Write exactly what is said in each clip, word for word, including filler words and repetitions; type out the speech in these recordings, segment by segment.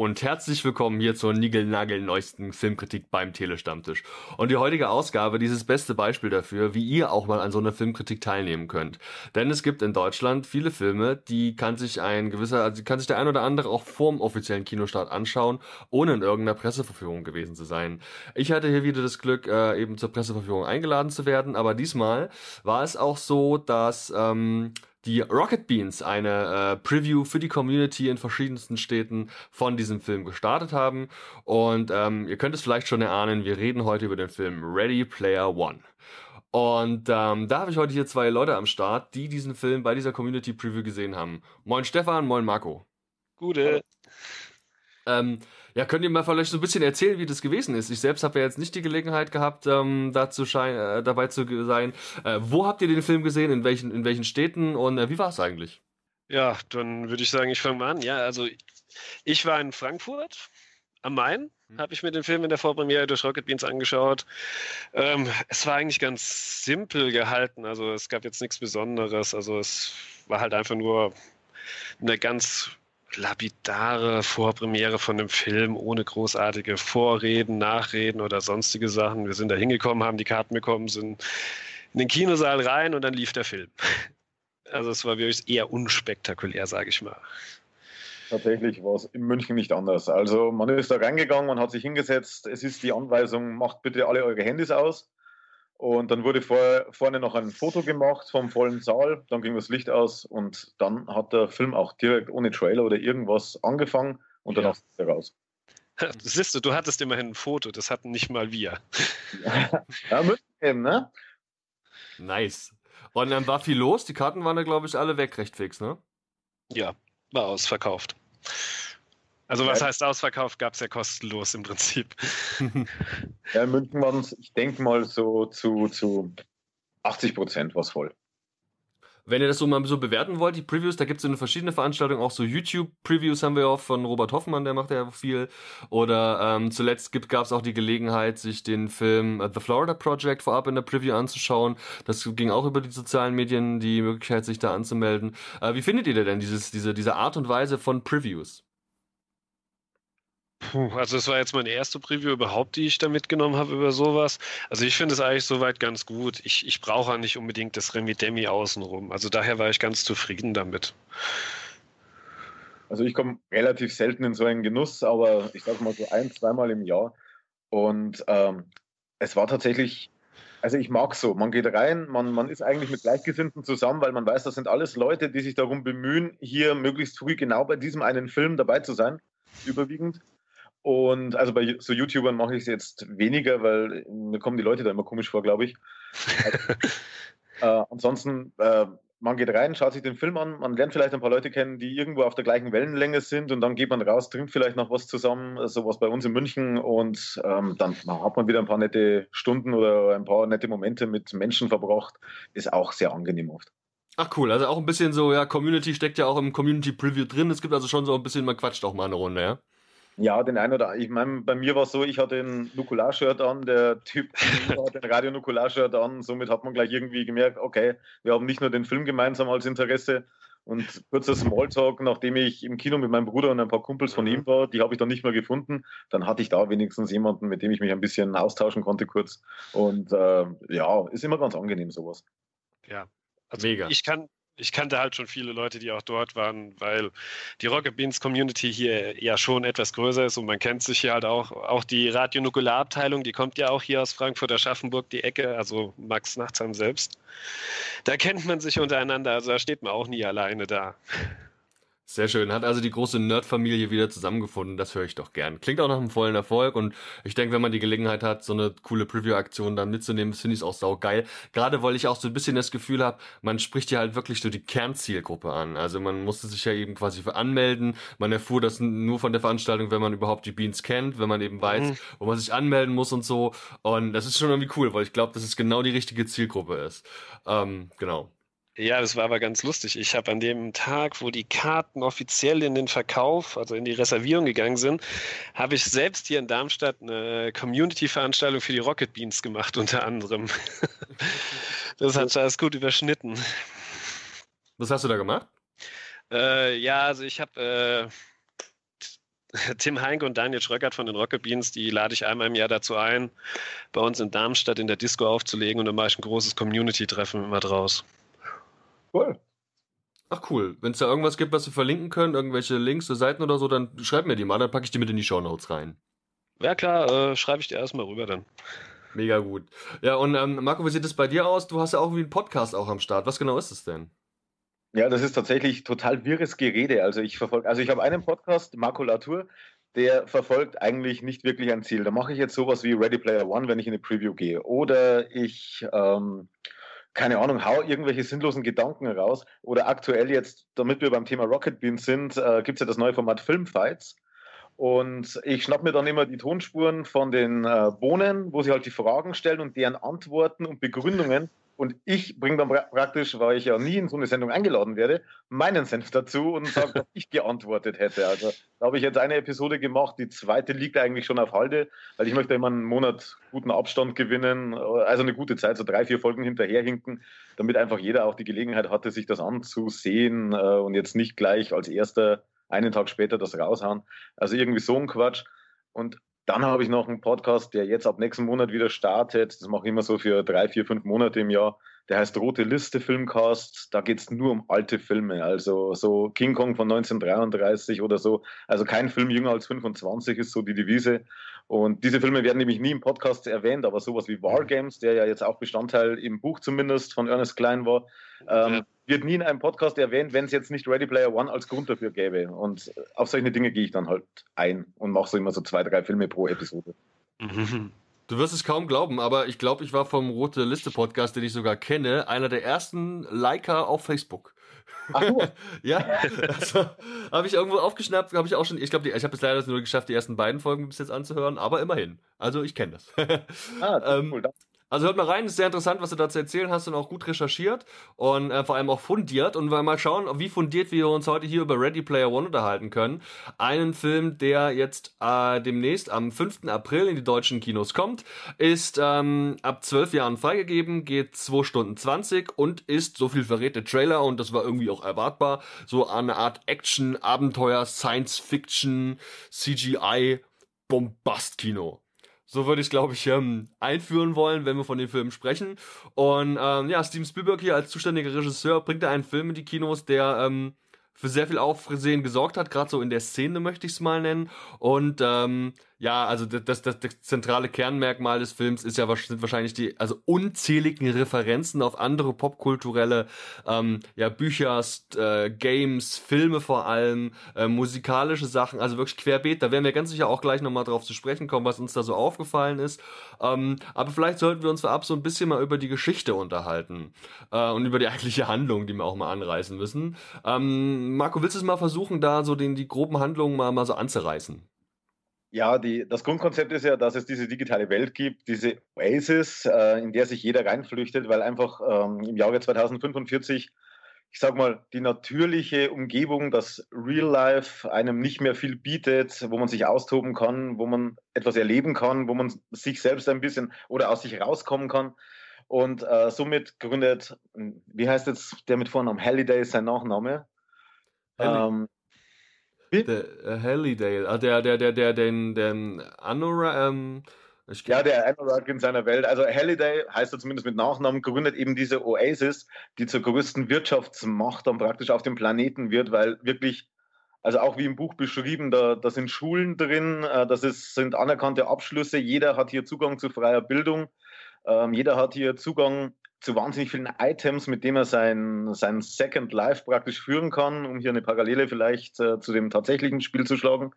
und herzlich willkommen hier zur niegelnagelneuesten Filmkritik beim Telestammtisch. Und die heutige Ausgabe, dieses beste Beispiel dafür, wie ihr auch mal an so einer Filmkritik teilnehmen könnt. Denn es gibt in Deutschland viele Filme, die kann sich ein gewisser, also kann sich der ein oder andere auch vorm offiziellen Kinostart anschauen, ohne in irgendeiner Presseverführung gewesen zu sein. Ich hatte hier wieder das Glück, äh, eben zur Presseverführung eingeladen zu werden, aber diesmal war es auch so, dass ähm, die Rocket Beans eine äh, Preview für die Community in verschiedensten Städten von diesem Film gestartet haben. Und ähm, ihr könnt es vielleicht schon erahnen, wir reden heute über den Film Ready Player One. Und ähm, da habe ich heute hier zwei Leute am Start, die diesen Film bei dieser Community Preview gesehen haben. Moin Stefan, moin Marco. Gute. Ähm, ja, könnt ihr mal vielleicht so ein bisschen erzählen, wie das gewesen ist? Ich selbst habe ja jetzt nicht die Gelegenheit gehabt, ähm, dazu schein, äh, dabei zu sein. Äh, wo habt ihr den Film gesehen? In welchen, in welchen Städten? Und äh, wie war es eigentlich? Ja, dann würde ich sagen, ich fange mal an. Ja, also ich war in Frankfurt am Main, habe ich mir den Film in der Vorpremiere durch Rocket Beans angeschaut. Ähm, es war eigentlich ganz simpel gehalten, also es gab jetzt nichts Besonderes. Also es war halt einfach nur eine ganz lapidare Vorpremiere von dem Film, ohne großartige Vorreden, Nachreden oder sonstige Sachen. Wir sind da hingekommen, haben die Karten bekommen, sind in den Kinosaal rein und dann lief der Film. Also es war wirklich eher unspektakulär, sage ich mal. Tatsächlich war es in München nicht anders. Also man ist da reingegangen, man hat sich hingesetzt, es ist die Anweisung, macht bitte alle eure Handys aus. Und dann wurde vor, vorne noch ein Foto gemacht vom vollen Saal, dann ging das Licht aus und dann hat der Film auch direkt ohne Trailer oder irgendwas angefangen und danach ist er raus. Siehst du, du hattest immerhin ein Foto, das hatten nicht mal wir. Ja, ja München, ne? Nice. Und dann war viel los, die Karten waren da glaube ich alle weg, recht fix, ne? Ja, war ausverkauft. Also was ja. heißt ausverkauft, gab es ja kostenlos im Prinzip. Ja, in München waren es, ich denke mal, so zu, zu achtzig Prozent was voll. Wenn ihr das so mal so bewerten wollt, die Previews, da gibt es so eine verschiedene Veranstaltungen, auch so YouTube-Previews haben wir auch von Robert Hoffmann, der macht ja viel. Oder ähm, zuletzt gab es auch die Gelegenheit, sich den Film The Florida Project vorab in der Preview anzuschauen. Das ging auch über die sozialen Medien, die Möglichkeit, sich da anzumelden. Äh, wie findet ihr denn dieses, diese, diese Art und Weise von Previews? Puh, also es war jetzt meine erste Preview überhaupt, die ich da mitgenommen habe über sowas. Also ich finde es eigentlich soweit ganz gut. Ich, ich brauche nicht unbedingt das Remi-Demi außenrum. Also daher war ich ganz zufrieden damit. Also ich komme relativ selten in so einen Genuss, aber ich sage mal so ein-, zweimal im Jahr. Und ähm, es war tatsächlich, also ich mag so, man geht rein, man, man ist eigentlich mit Gleichgesinnten zusammen, weil man weiß, das sind alles Leute, die sich darum bemühen, hier möglichst früh genau bei diesem einen Film dabei zu sein, überwiegend. Und also bei so YouTubern mache ich es jetzt weniger, weil mir kommen die Leute da immer komisch vor, glaube ich. Also, äh, ansonsten, äh, man geht rein, schaut sich den Film an, man lernt vielleicht ein paar Leute kennen, die irgendwo auf der gleichen Wellenlänge sind und dann geht man raus, trinkt vielleicht noch was zusammen, sowas bei uns in München und ähm, dann hat man wieder ein paar nette Stunden oder ein paar nette Momente mit Menschen verbracht. Ist auch sehr angenehm oft. Ach cool, also auch ein bisschen so, ja, Community steckt ja auch im Community Preview drin. Es gibt also schon so ein bisschen, man quatscht auch mal eine Runde, ja? Ja, den einen oder ich meine, bei mir war es so, ich hatte ein Nukular-Shirt an, der Typ hat ein Radio-Nukular-Shirt an, somit hat man gleich irgendwie gemerkt, okay, wir haben nicht nur den Film gemeinsam als Interesse und kurzer Smalltalk, nachdem ich im Kino mit meinem Bruder und ein paar Kumpels von ihm war, die habe ich dann nicht mehr gefunden, dann hatte ich da wenigstens jemanden, mit dem ich mich ein bisschen austauschen konnte kurz und äh, ja, ist immer ganz angenehm sowas. Ja, also Mega. Ich kann Ich kannte halt schon viele Leute, die auch dort waren, weil die Rocket Beans Community hier ja schon etwas größer ist und man kennt sich hier halt auch. Auch die Radio-Nukular-Abteilung, die kommt ja auch hier aus Frankfurt, Aschaffenburg, die Ecke, also Max Nachtsheim selbst. Da kennt man sich untereinander, also da steht man auch nie alleine da. Sehr schön. Hat also die große Nerd-Familie wieder zusammengefunden. Das höre ich doch gern. Klingt auch nach einem vollen Erfolg und ich denke, wenn man die Gelegenheit hat, so eine coole Preview-Aktion dann mitzunehmen, finde ich es auch saugeil. Gerade weil ich auch so ein bisschen das Gefühl habe, man spricht hier halt wirklich so die Kernzielgruppe an. Also man musste sich ja eben quasi für anmelden. Man erfuhr das nur von der Veranstaltung, wenn man überhaupt die Beans kennt, wenn man eben weiß, mhm. wo man sich anmelden muss und so. Und das ist schon irgendwie cool, weil ich glaube, dass es genau die richtige Zielgruppe ist. Ähm, genau. Ja, das war aber ganz lustig. Ich habe an dem Tag, wo die Karten offiziell in den Verkauf, also in die Reservierung gegangen sind, habe ich selbst hier in Darmstadt eine Community-Veranstaltung für die Rocket Beans gemacht, unter anderem. Das hat alles gut überschnitten. Was hast du da gemacht? Äh, ja, also ich habe äh, Tim Heinke und Daniel Schröckert von den Rocket Beans, die lade ich einmal im Jahr dazu ein, bei uns in Darmstadt in der Disco aufzulegen und dann mache ich ein großes Community-Treffen immer draus. Cool. Ach cool. Wenn es da irgendwas gibt, was wir verlinken können, irgendwelche Links zu Seiten oder so, dann schreib mir die mal, dann packe ich die mit in die Shownotes rein. Ja klar, äh, schreibe ich dir erstmal rüber dann. Mega gut. Ja, und ähm, Marco, wie sieht es bei dir aus? Du hast ja auch irgendwie einen Podcast auch am Start. Was genau ist es denn? Ja, das ist tatsächlich total wirres Gerede. Also ich verfolge, also ich habe einen Podcast, Makulatur, der verfolgt eigentlich nicht wirklich ein Ziel. Da mache ich jetzt sowas wie Ready Player One, wenn ich in eine Preview gehe. Oder ich, ähm, keine Ahnung, hau irgendwelche sinnlosen Gedanken raus. Oder aktuell jetzt, damit wir beim Thema Rocket Beans sind, äh, gibt es ja das neue Format Filmfights. Und ich schnapp mir dann immer die Tonspuren von den äh, Bohnen, wo sie halt die Fragen stellen und deren Antworten und Begründungen. Und ich bringe dann pra praktisch, weil ich ja nie in so eine Sendung eingeladen werde, meinen Senf dazu und sage, was ich geantwortet hätte. Also da habe ich jetzt eine Episode gemacht, die zweite liegt eigentlich schon auf Halde, weil ich möchte immer einen Monat guten Abstand gewinnen, also eine gute Zeit, so drei, vier Folgen hinterherhinken, damit einfach jeder auch die Gelegenheit hatte, sich das anzusehen äh, und jetzt nicht gleich als erster einen Tag später das raushauen. Also irgendwie so ein Quatsch. Und dann habe ich noch einen Podcast, der jetzt ab nächsten Monat wieder startet. Das mache ich immer so für drei, vier, fünf Monate im Jahr. Der heißt Rote Liste Filmcast. Da geht es nur um alte Filme. Also so King Kong von neunzehnhundertdreiunddreißig oder so. Also kein Film jünger als fünfundzwanzig ist so die Devise. Und diese Filme werden nämlich nie im Podcast erwähnt, aber sowas wie War Games, der ja jetzt auch Bestandteil im Buch zumindest von Ernest Cline war, ähm, ja. wird nie in einem Podcast erwähnt, wenn es jetzt nicht Ready Player One als Grund dafür gäbe. Und auf solche Dinge gehe ich dann halt ein und mache so immer so zwei, drei Filme pro Episode. Mhm. Du wirst es kaum glauben, aber ich glaube, ich war vom Rote Liste Podcast, den ich sogar kenne, einer der ersten Liker auf Facebook. Ach, du. Ja, also habe ich irgendwo aufgeschnappt, habe ich auch schon, ich glaube, ich habe es leider nur geschafft, die ersten beiden Folgen bis jetzt anzuhören, aber immerhin. Also ich kenne das. Ah, ähm, cool. Also hört mal rein, ist sehr interessant, was du da zu erzählen hast und auch gut recherchiert und äh, vor allem auch fundiert und wir mal schauen, wie fundiert wir uns heute hier über Ready Player One unterhalten können. Einen Film, der jetzt äh, demnächst am fünften April in die deutschen Kinos kommt, ist ähm, ab zwölf Jahren freigegeben, geht zwei Stunden zwanzig und ist, so viel verrät der Trailer und das war irgendwie auch erwartbar, so eine Art Action, Abenteuer, Science Fiction, C G I, Bombast-Kino. So würde ich, glaube ich, ähm, einführen wollen, wenn wir von den Filmen sprechen. Und ähm, ja, Steven Spielberg hier als zuständiger Regisseur bringt da einen Film in die Kinos, der ähm, für sehr viel Aufsehen gesorgt hat, gerade so in der Szene möchte ich es mal nennen. Und ähm, ja, also das, das, das zentrale Kernmerkmal des Films ist ja sind wahrscheinlich die also unzähligen Referenzen auf andere popkulturelle ähm, ja Bücher, äh, Games, Filme vor allem, äh, musikalische Sachen, also wirklich querbeet. Da werden wir ganz sicher auch gleich nochmal drauf zu sprechen kommen, was uns da so aufgefallen ist. Ähm, aber vielleicht sollten wir uns vorab so ein bisschen mal über die Geschichte unterhalten äh, und über die eigentliche Handlung, die wir auch mal anreißen müssen. Ähm, Marco, willst du es mal versuchen, da so den die groben Handlungen mal, mal so anzureißen? Ja, die, das Grundkonzept ist ja, dass es diese digitale Welt gibt, diese Oasis, äh, in der sich jeder reinflüchtet, weil einfach ähm, im Jahre zweitausendfünfundvierzig, ich sag mal, die natürliche Umgebung, das Real Life einem nicht mehr viel bietet, wo man sich austoben kann, wo man etwas erleben kann, wo man sich selbst ein bisschen oder aus sich rauskommen kann. Und äh, somit gründet, wie heißt jetzt der mit Vornamen? Halliday ist sein Nachname. Halli ähm, Der äh, Halliday, ah, der, der, der, der, den, den Anora, ähm, ich ja, der Anorak in seiner Welt. Also Halliday heißt er zumindest mit Nachnamen, gründet eben diese Oasis, die zur größten Wirtschaftsmacht dann praktisch auf dem Planeten wird, weil wirklich, also auch wie im Buch beschrieben, da, da sind Schulen drin, das ist, sind anerkannte Abschlüsse, jeder hat hier Zugang zu freier Bildung, ähm, jeder hat hier Zugang zu wahnsinnig vielen Items, mit denen er sein, sein Second Life praktisch führen kann, um hier eine Parallele vielleicht äh, zu dem tatsächlichen Spiel zu schlagen.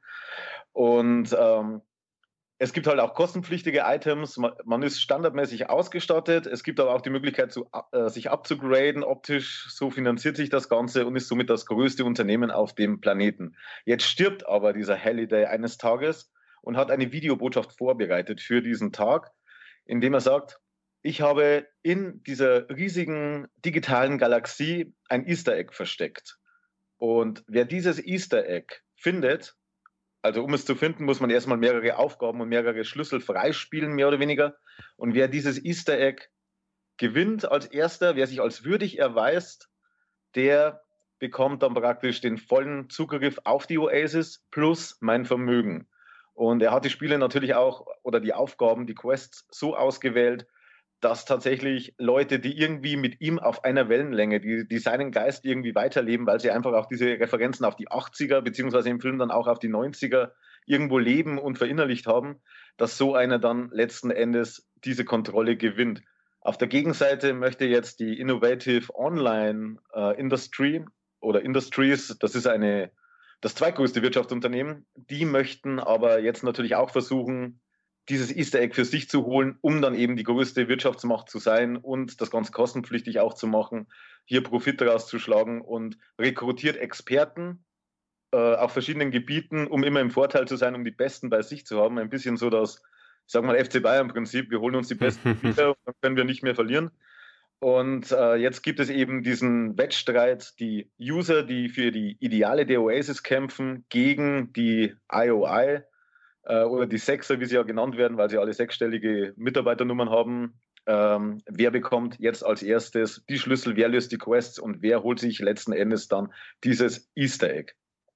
Und ähm, es gibt halt auch kostenpflichtige Items, man, man ist standardmäßig ausgestattet, es gibt aber auch die Möglichkeit, zu, äh, sich abzugraden optisch, so finanziert sich das Ganze und ist somit das größte Unternehmen auf dem Planeten. Jetzt stirbt aber dieser Halliday eines Tages und hat eine Videobotschaft vorbereitet für diesen Tag, indem er sagt, ich habe in dieser riesigen digitalen Galaxie ein Easter Egg versteckt. Und wer dieses Easter Egg findet, also um es zu finden, muss man erstmal mehrere Aufgaben und mehrere Schlüssel freispielen, mehr oder weniger. Und wer dieses Easter Egg gewinnt als erster, wer sich als würdig erweist, der bekommt dann praktisch den vollen Zugriff auf die Oasis plus mein Vermögen. Und er hat die Spiele natürlich auch, oder die Aufgaben, die Quests so ausgewählt, dass tatsächlich Leute, die irgendwie mit ihm auf einer Wellenlänge, die, die seinen Geist irgendwie weiterleben, weil sie einfach auch diese Referenzen auf die achtziger, beziehungsweise im Film dann auch auf die neunziger irgendwo leben und verinnerlicht haben, dass so einer dann letzten Endes diese Kontrolle gewinnt. Auf der Gegenseite möchte jetzt die Innovative Online äh, Industry oder Industries, das ist eine, das zweitgrößte Wirtschaftsunternehmen, die möchten aber jetzt natürlich auch versuchen, dieses Easter Egg für sich zu holen, um dann eben die größte Wirtschaftsmacht zu sein und das Ganze kostenpflichtig auch zu machen, hier Profit rauszuschlagen und rekrutiert Experten äh, auf verschiedenen Gebieten, um immer im Vorteil zu sein, um die Besten bei sich zu haben. Ein bisschen so das, ich sag mal, F C Bayern-Prinzip, wir holen uns die Besten wieder und dann können wir nicht mehr verlieren. Und äh, jetzt gibt es eben diesen Wettstreit, die User, die für die Ideale der Oasis kämpfen, gegen die I O I, oder die Sechser, wie sie ja genannt werden, weil sie alle sechsstellige Mitarbeiternummern haben. Ähm, wer bekommt jetzt als erstes die Schlüssel, wer löst die Quests und wer holt sich letzten Endes dann dieses Easter Egg?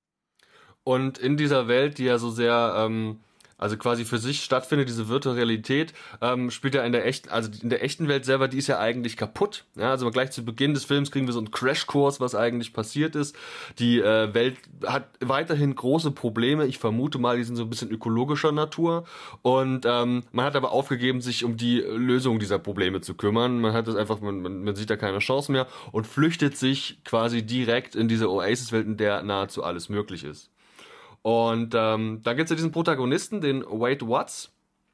Und in dieser Welt, die ja so sehr, ähm, also quasi für sich stattfindet, diese virtuelle Realität, ähm, spielt ja in der echten, also in der echten Welt selber, die ist ja eigentlich kaputt. Ja, also gleich zu Beginn des Films kriegen wir so einen Crashkurs, was eigentlich passiert ist. Die äh, Welt hat weiterhin große Probleme. Ich vermute mal, die sind so ein bisschen ökologischer Natur. Und ähm, man hat aber aufgegeben, sich um die Lösung dieser Probleme zu kümmern. Man hat das einfach, man, man, man sieht da keine Chance mehr und flüchtet sich quasi direkt in diese Oasis-Welt, in der nahezu alles möglich ist. Und ähm, dann gibt's ja diesen Protagonisten, den Wade Watts,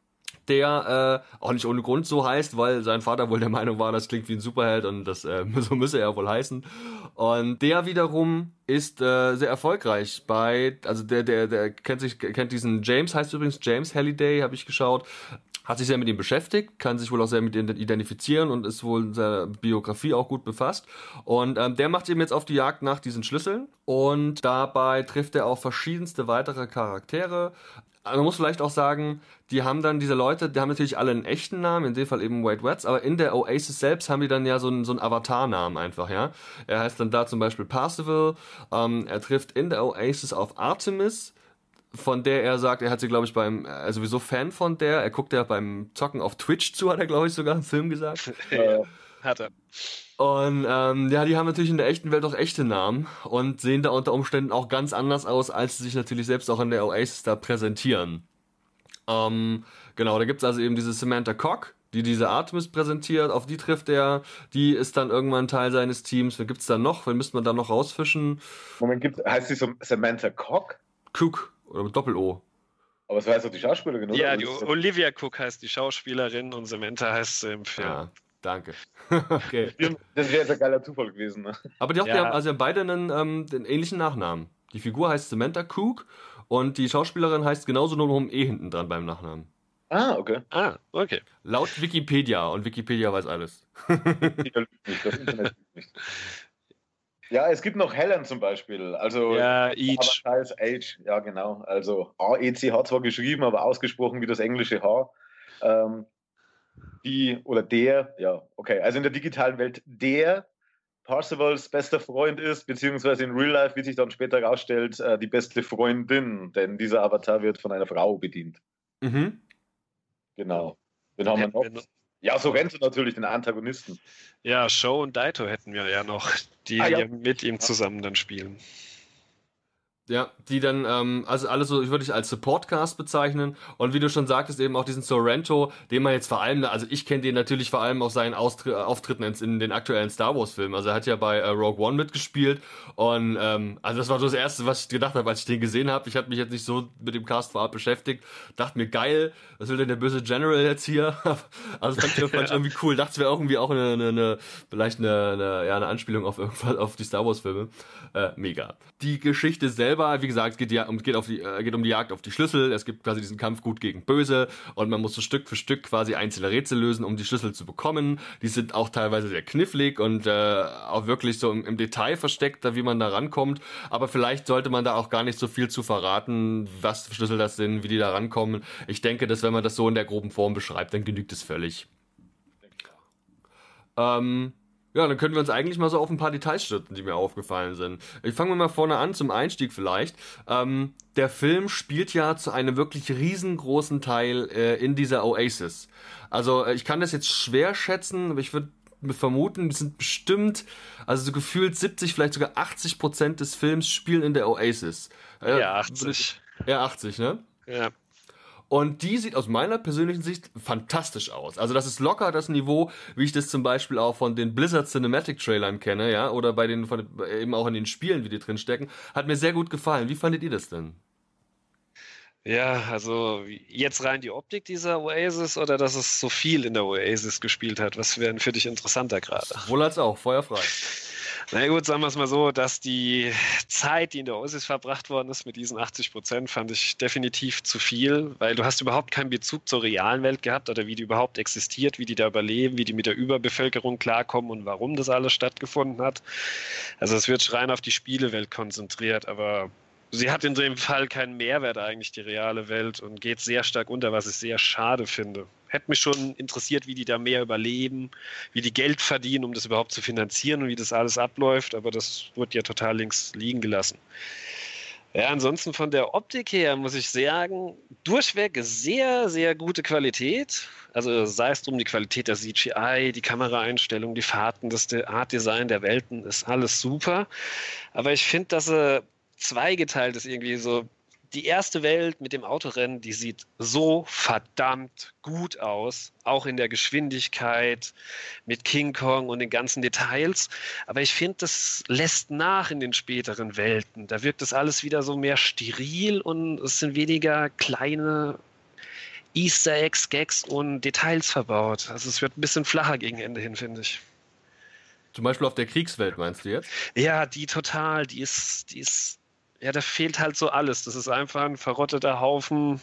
der äh, auch nicht ohne Grund so heißt, weil sein Vater wohl der Meinung war, das klingt wie ein Superheld und das äh, so müsse er wohl heißen. Und der wiederum ist äh, sehr erfolgreich bei, also der der der kennt sich kennt diesen James, heißt übrigens James Halliday, habe ich geschaut. Hat sich sehr mit ihm beschäftigt, kann sich wohl auch sehr mit ihm identifizieren und ist wohl in seiner Biografie auch gut befasst. Und ähm, der macht eben jetzt auf die Jagd nach diesen Schlüsseln und dabei trifft er auch verschiedenste weitere Charaktere. Also man muss vielleicht auch sagen, die haben dann diese Leute, die haben natürlich alle einen echten Namen, in dem Fall eben Wade Watts, aber in der Oasis selbst haben die dann ja so einen, so einen Avatar-Namen einfach, ja. Er heißt dann da zum Beispiel Parzival, ähm, er trifft in der Oasis auf Artemis, von der er sagt, er hat sie, glaube ich, beim, er ist sowieso Fan von der, er guckt ja beim Zocken auf Twitch zu, hat er, glaube ich, sogar im Film gesagt. Ja, hat er. Und ähm, ja, die haben natürlich in der echten Welt auch echte Namen und sehen da unter Umständen auch ganz anders aus, als sie sich natürlich selbst auch in der Oasis da präsentieren. Ähm, genau, da gibt's also eben diese Samantha Cock, die diese Artemis präsentiert, auf die trifft er, die ist dann irgendwann Teil seines Teams. Wen gibt's da noch? Wen müsste man da noch rausfischen? Moment, gibt, heißt sie so Samantha Cock? Cook. Oder mit Doppel-O. Aber es heißt doch die Schauspielerin, oder? Ja, die Olivia Cook heißt die Schauspielerin und Samantha heißt sie im Film. Ja, danke. Okay. Das wäre jetzt ein geiler Zufall gewesen. Ne? Aber die, auch, Ja. die haben also die haben beide einen, ähm, den ähnlichen Nachnamen. Die Figur heißt Samantha Cook und die Schauspielerin heißt genauso, nur noch ein E hinten dran beim Nachnamen. Ah, okay. Ah, okay. Laut Wikipedia, und Wikipedia weiß alles. Ich lügt nicht, das Internet lügt nicht. Ja, es gibt noch Helen zum Beispiel. Also, Ja, Each. Aber heißt Age, ja genau. Also A E C H zwar geschrieben, aber ausgesprochen wie das englische H. Ähm, die oder der, ja, okay. Also in der digitalen Welt der Parcivals bester Freund ist, beziehungsweise in Real Life, wie sich dann später herausstellt, äh, die beste Freundin, denn dieser Avatar wird von einer Frau bedient. Mhm. Genau. Den haben wir noch. Hätten wir- Ja, Sorrento natürlich, den Antagonisten. Ja, Show und Daito hätten wir ja noch, die Ah, ja. ja mit ihm zusammen dann spielen. Ja, die dann, ähm, also alles so, ich würde ich als Supportcast bezeichnen und wie du schon sagtest, eben auch diesen Sorrento, den man jetzt vor allem, also ich kenne den natürlich vor allem auf seinen Austri- Auftritten in, in den aktuellen Star Wars Filmen, also er hat ja bei äh, Rogue One mitgespielt und ähm, also das war so das Erste, was ich gedacht habe, als ich den gesehen habe. Ich habe mich jetzt nicht so mit dem Cast vorab beschäftigt, dachte mir, geil, was will denn der böse General jetzt hier? Also fand ich, fand ich irgendwie cool, dachte es wäre irgendwie auch eine, eine, eine vielleicht eine, eine, ja, eine Anspielung auf irgendwas, auf die Star Wars Filme. Äh, mega. Die Geschichte selber, wie gesagt, geht, ja, geht, auf die, äh, geht um die Jagd auf die Schlüssel. Es gibt quasi diesen Kampf gut gegen böse und man muss so Stück für Stück quasi einzelne Rätsel lösen, um die Schlüssel zu bekommen. Die sind auch teilweise sehr knifflig und äh, auch wirklich so im, im Detail versteckt, da wie man da rankommt. Aber vielleicht sollte man da auch gar nicht so viel zu verraten, was für Schlüssel das sind, wie die da rankommen. Ich denke, dass wenn man das so in der groben Form beschreibt, dann genügt es völlig. Ähm, Ja, dann können wir uns eigentlich mal so auf ein paar Details stürzen, die mir aufgefallen sind. Ich fange mal vorne an, zum Einstieg vielleicht. Ähm, der Film spielt ja zu einem wirklich riesengroßen Teil äh, in dieser Oasis. Also äh, ich kann das jetzt schwer schätzen, aber ich würde vermuten, es sind bestimmt, also so gefühlt siebzig, vielleicht sogar achtzig Prozent des Films spielen in der Oasis. Äh, Ja, achtzig. Ja, achtzig, ne? Ja. Und die sieht aus meiner persönlichen Sicht fantastisch aus. Also das ist locker das Niveau, wie ich das zum Beispiel auch von den Blizzard Cinematic Trailern kenne, ja, oder bei den, von, eben auch in den Spielen, wie die drin stecken. Hat mir sehr gut gefallen. Wie fandet ihr das denn? Ja, also jetzt rein die Optik dieser Oasis oder dass es so viel in der Oasis gespielt hat. Was wäre denn für dich interessanter gerade? Wohl als auch, feuerfrei. Na gut, sagen wir es mal so, dass die Zeit, die in der Oasis verbracht worden ist mit diesen achtzig Prozent, fand ich definitiv zu viel, weil du hast überhaupt keinen Bezug zur realen Welt gehabt oder wie die überhaupt existiert, wie die da überleben, wie die mit der Überbevölkerung klarkommen und warum das alles stattgefunden hat. Also es wird rein auf die Spielewelt konzentriert, aber sie hat in dem Fall keinen Mehrwert eigentlich, die reale Welt, und geht sehr stark unter, was ich sehr schade finde. Hätte mich schon interessiert, wie die da mehr überleben, wie die Geld verdienen, um das überhaupt zu finanzieren und wie das alles abläuft, aber das wurde ja total links liegen gelassen. Ja, ansonsten von der Optik her muss ich sagen, durchweg sehr, sehr gute Qualität. Also sei es drum die Qualität der C G I, die Kameraeinstellung, die Fahrten, das Artdesign der Welten ist alles super. Aber ich finde, dass sie zweigeteilt ist irgendwie so. Die erste Welt mit dem Autorennen, die sieht so verdammt gut aus, auch in der Geschwindigkeit mit King Kong und den ganzen Details. Aber ich finde, das lässt nach in den späteren Welten. Da wirkt das alles wieder so mehr steril und es sind weniger kleine Easter Eggs, Gags und Details verbaut. Also es wird ein bisschen flacher gegen Ende hin, finde ich. Zum Beispiel auf der Kriegswelt, meinst du jetzt? Ja, die total, die ist, die ist Ja, da fehlt halt so alles. Das ist einfach ein verrotteter Haufen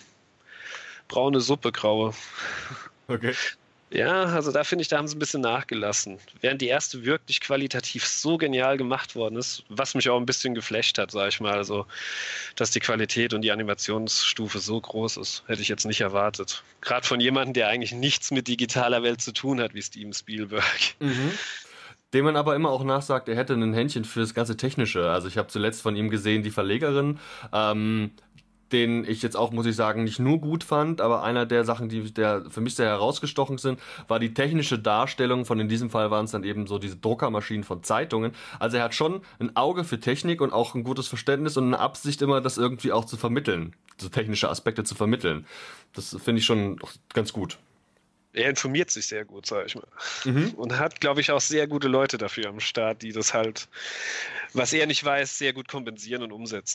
braune Suppe, graue. Okay. Ja, also da finde ich, da haben sie ein bisschen nachgelassen. Während die erste wirklich qualitativ so genial gemacht worden ist, was mich auch ein bisschen geflasht hat, sage ich mal. Also, dass die Qualität und die Animationsstufe so groß ist, hätte ich jetzt nicht erwartet. Gerade von jemandem, der eigentlich nichts mit digitaler Welt zu tun hat, wie Steven Spielberg. Mhm. Dem man aber immer auch nachsagt, er hätte ein Händchen für das ganze Technische. Also ich habe zuletzt von ihm gesehen, die Verlegerin, ähm, den ich jetzt auch, muss ich sagen, nicht nur gut fand, aber einer der Sachen, die der für mich sehr herausgestochen sind, war die technische Darstellung von, in diesem Fall waren es dann eben so diese Druckermaschinen von Zeitungen. Also er hat schon ein Auge für Technik und auch ein gutes Verständnis und eine Absicht immer, das irgendwie auch zu vermitteln, so technische Aspekte zu vermitteln. Das finde ich schon ganz gut. Er informiert sich sehr gut, sage ich mal. Mhm. Und hat, glaube ich, auch sehr gute Leute dafür am Start, die das halt, was er nicht weiß, sehr gut kompensieren und umsetzen.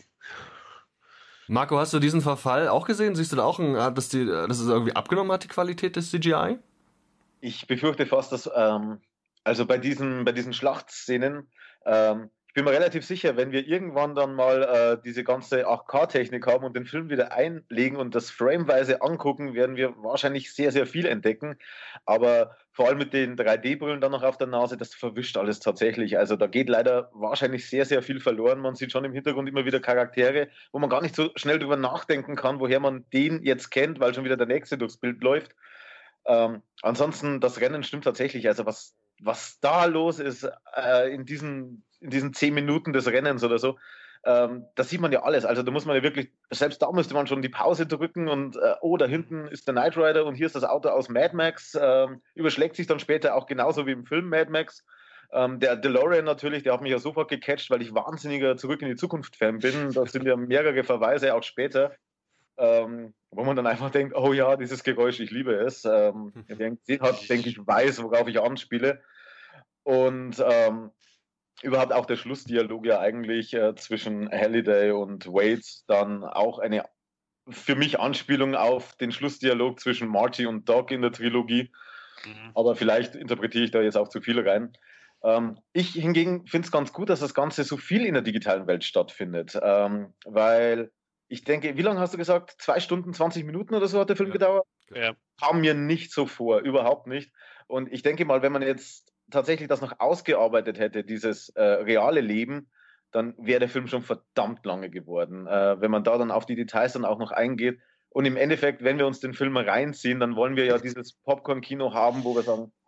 Marco, hast du diesen Verfall auch gesehen? Siehst du da auch, ein, dass, die, dass es irgendwie abgenommen hat, die Qualität des C G I? Ich befürchte fast, dass ähm, also bei diesen, bei diesen Schlachtszenen, ähm, ich bin mir relativ sicher, wenn wir irgendwann dann mal äh, diese ganze acht K-Technik haben und den Film wieder einlegen und das frameweise angucken, werden wir wahrscheinlich sehr, sehr viel entdecken. Aber vor allem mit den drei D-Brillen dann noch auf der Nase, das verwischt alles tatsächlich. Also da geht leider wahrscheinlich sehr, sehr viel verloren. Man sieht schon im Hintergrund immer wieder Charaktere, wo man gar nicht so schnell drüber nachdenken kann, woher man den jetzt kennt, weil schon wieder der nächste durchs Bild läuft. Ähm, ansonsten, das Rennen stimmt tatsächlich. Also was, was da los ist äh, in, diesen, in diesen zehn Minuten des Rennens oder so, ähm, das sieht man ja alles. Also da muss man ja wirklich, selbst da müsste man schon die Pause drücken und äh, oh, da hinten ist der Knight Rider und hier ist das Auto aus Mad Max. Ähm, überschlägt sich dann später auch genauso wie im Film Mad Max. Ähm, der DeLorean natürlich, der hat mich ja sofort gecatcht, weil ich wahnsinniger Zurück in die Zukunft-Fan bin. Da sind ja mehrere Verweise auch später. Ähm, wo man dann einfach denkt, oh ja, dieses Geräusch, ich liebe es. Ähm, wer ihn gesehen hat, denke ich, weiß, worauf ich anspiele. Und ähm, überhaupt auch der Schlussdialog ja eigentlich äh, zwischen Halliday und Wade dann auch eine für mich Anspielung auf den Schlussdialog zwischen Marty und Doc in der Trilogie. Mhm. Aber vielleicht interpretiere ich da jetzt auch zu viel rein. Ähm, ich hingegen finde es ganz gut, dass das Ganze so viel in der digitalen Welt stattfindet, ähm, weil ich denke, wie lange hast du gesagt? Zwei Stunden, zwanzig Minuten oder so hat der Film Ja. gedauert? Ja. Kam mir nicht so vor, überhaupt nicht. Und ich denke mal, wenn man jetzt tatsächlich das noch ausgearbeitet hätte, dieses äh, reale Leben, dann wäre der Film schon verdammt lange geworden. Äh, wenn man da dann auf die Details dann auch noch eingeht. Und im Endeffekt, wenn wir uns den Film reinziehen, dann wollen wir ja dieses Popcorn-Kino haben, wo wir sagen,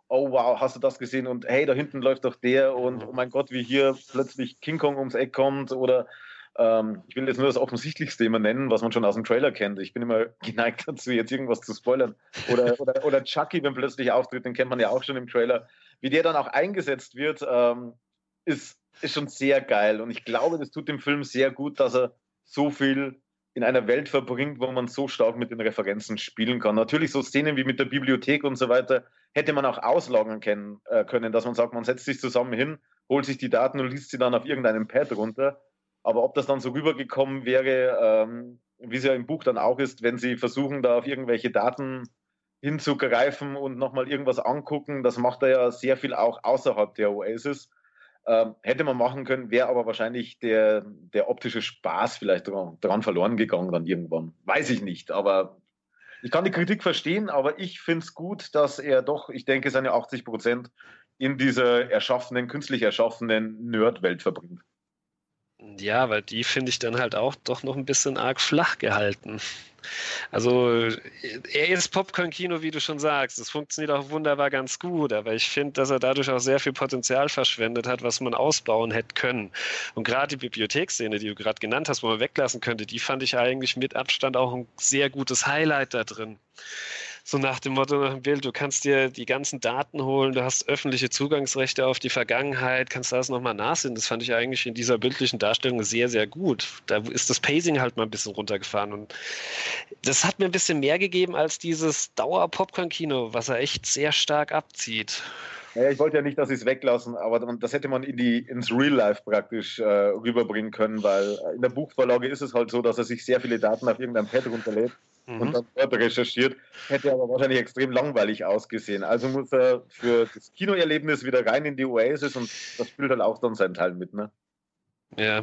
oh wow, hast du das gesehen? Und hey, da hinten läuft doch der und oh mein Gott, wie hier plötzlich King Kong ums Eck kommt oder ähm, ich will jetzt nur das Offensichtlichste immer nennen, was man schon aus dem Trailer kennt. Ich bin immer geneigt dazu, jetzt irgendwas zu spoilern. Oder, oder, oder Chucky, wenn plötzlich auftritt, den kennt man ja auch schon im Trailer. Wie der dann auch eingesetzt wird, ähm, ist, ist schon sehr geil. Und ich glaube, das tut dem Film sehr gut, dass er so viel in einer Welt verbringt, wo man so stark mit den Referenzen spielen kann. Natürlich so Szenen wie mit der Bibliothek und so weiter hätte man auch auslagern können, äh, können, dass man sagt, man setzt sich zusammen hin, holt sich die Daten und liest sie dann auf irgendeinem Pad runter. Aber ob das dann so rübergekommen wäre, ähm, wie es ja im Buch dann auch ist, wenn sie versuchen, da auf irgendwelche Daten hinzugreifen und nochmal irgendwas angucken, das macht er ja sehr viel auch außerhalb der Oasis. Ähm, hätte man machen können, wäre aber wahrscheinlich der, der optische Spaß vielleicht dran, dran verloren gegangen dann irgendwann. Weiß ich nicht, aber ich kann die Kritik verstehen, aber ich finde es gut, dass er doch, ich denke, seine achtzig Prozent in dieser erschaffenen, künstlich erschaffenen Nerd-Welt verbringt. Ja, weil die finde ich dann halt auch doch noch ein bisschen arg flach gehalten. Also er ist Popcorn-Kino, wie du schon sagst. Es funktioniert auch wunderbar ganz gut, aber ich finde, dass er dadurch auch sehr viel Potenzial verschwendet hat, was man ausbauen hätte können. Und gerade die Bibliotheksszene, die du gerade genannt hast, wo man weglassen könnte, die fand ich eigentlich mit Abstand auch ein sehr gutes Highlight da drin. So nach dem Motto, nach dem Bild, du kannst dir die ganzen Daten holen, du hast öffentliche Zugangsrechte auf die Vergangenheit, kannst das nochmal nachsehen. Das fand ich eigentlich in dieser bildlichen Darstellung sehr, sehr gut. Da ist das Pacing halt mal ein bisschen runtergefahren und das hat mir ein bisschen mehr gegeben als dieses Dauer-Popcorn-Kino, was er echt sehr stark abzieht. Naja, ich wollte ja nicht, dass sie es weglassen, aber das hätte man in die, ins Real Life praktisch äh, rüberbringen können, weil in der Buchvorlage ist es halt so, dass er sich sehr viele Daten auf irgendeinem Pad runterlädt mhm. und dann dort recherchiert. Hätte aber wahrscheinlich extrem langweilig ausgesehen. Also muss er für das Kinoerlebnis wieder rein in die Oasis und das spielt halt auch dann seinen Teil mit, ne? Ja.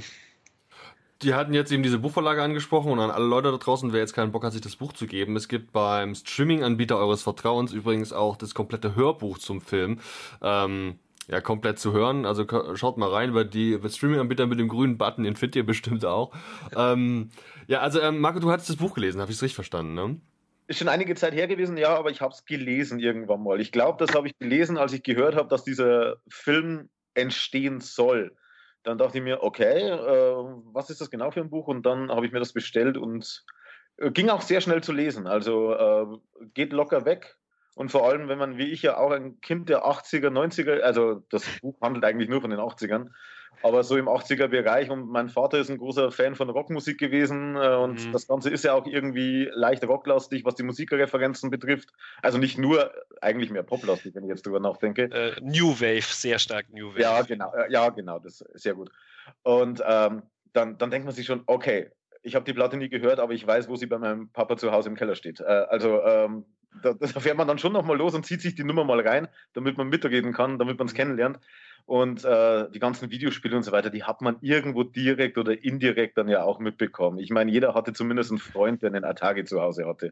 Die hatten jetzt eben diese Buchvorlage angesprochen und an alle Leute da draußen, wer jetzt keinen Bock hat, sich das Buch zu geben. Es gibt beim Streaming-Anbieter eures Vertrauens übrigens auch das komplette Hörbuch zum Film. Ähm, ja, komplett zu hören. Also schaut mal rein, weil die Streaming-Anbieter mit dem grünen Button, den findet ihr bestimmt auch. ähm, ja, also ähm, Marco, du hattest das Buch gelesen, habe ich es richtig verstanden, ne? Ist schon einige Zeit her gewesen, ja, aber ich habe es gelesen irgendwann mal. Ich glaube, das habe ich gelesen, als ich gehört habe, dass dieser Film entstehen soll. Dann dachte ich mir, okay, äh, was ist das genau für ein Buch? Und dann habe ich mir das bestellt und äh, ging auch sehr schnell zu lesen. Also äh, geht locker weg. Und vor allem, wenn man, wie ich ja auch ein Kind der achtziger, neunziger, also das Buch handelt eigentlich nur von den achtzigern, aber so im achtziger-Bereich und mein Vater ist ein großer Fan von Rockmusik gewesen äh, und mhm. das Ganze ist ja auch irgendwie leicht rocklastig, was die Musikreferenzen betrifft. Also nicht nur, eigentlich mehr poplastig, wenn ich jetzt drüber nachdenke. Äh, New Wave, sehr stark New Wave. Ja, genau, äh, ja, genau, das ist sehr gut. Und ähm, dann, dann denkt man sich schon, okay, ich habe die Platte nie gehört, aber ich weiß, wo sie bei meinem Papa zu Hause im Keller steht. Äh, also ähm, da, da fährt man dann schon nochmal los und zieht sich die Nummer mal rein, damit man mitreden kann, damit man es kennenlernt. Und äh, die ganzen Videospiele und so weiter, die hat man irgendwo direkt oder indirekt dann ja auch mitbekommen. Ich meine, jeder hatte zumindest einen Freund, der einen Atari zu Hause hatte.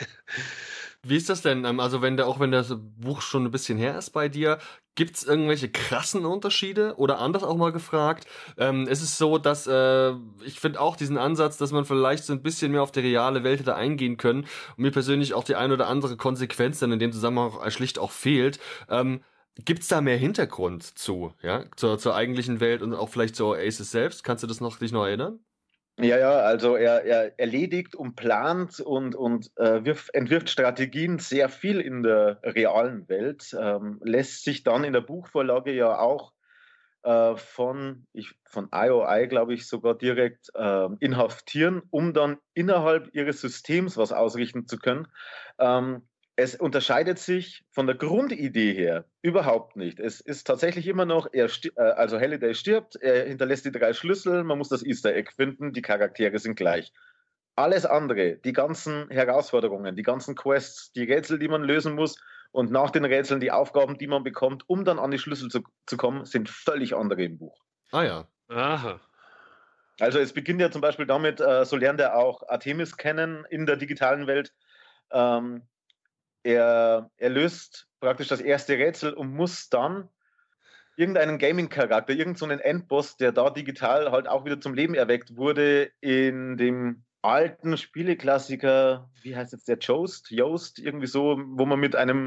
Wie ist das denn? Also wenn der, auch wenn das Buch schon ein bisschen her ist bei dir, gibt es irgendwelche krassen Unterschiede? Oder anders auch mal gefragt, ähm, es ist so, dass äh, ich finde auch diesen Ansatz, dass man vielleicht so ein bisschen mehr auf die reale Welt hätte eingehen können und mir persönlich auch die ein oder andere Konsequenz dann in dem Zusammenhang schlicht auch fehlt. Ähm, Gibt es da mehr Hintergrund zu, ja, zur, zur eigentlichen Welt und auch vielleicht zur Oasis selbst? Kannst du das noch dich noch erinnern? Ja, ja, also er, er erledigt und plant und, und äh, wirft, entwirft Strategien sehr viel in der realen Welt, ähm, lässt sich dann in der Buchvorlage ja auch äh, von, ich, von I O I, glaube ich, sogar direkt äh, inhaftieren, um dann innerhalb ihres Systems was ausrichten zu können. Ähm, Es unterscheidet sich von der Grundidee her überhaupt nicht. Es ist tatsächlich immer noch, er sti- äh, also Halliday stirbt, er hinterlässt die drei Schlüssel, man muss das Easter Egg finden, die Charaktere sind gleich. Alles andere, die ganzen Herausforderungen, die ganzen Quests, die Rätsel, die man lösen muss und nach den Rätseln die Aufgaben, die man bekommt, um dann an die Schlüssel zu, zu kommen, sind völlig andere im Buch. Ah ja. Aha. Also es beginnt ja zum Beispiel damit, äh, so lernt er auch Artemis kennen in der digitalen Welt. Ähm, Er, er löst praktisch das erste Rätsel und muss dann irgendeinen Gaming-Charakter, irgendeinen Endboss, der da digital halt auch wieder zum Leben erweckt wurde, in dem alten Spieleklassiker, wie heißt jetzt der, Joust, Yoast, irgendwie so, wo man mit einem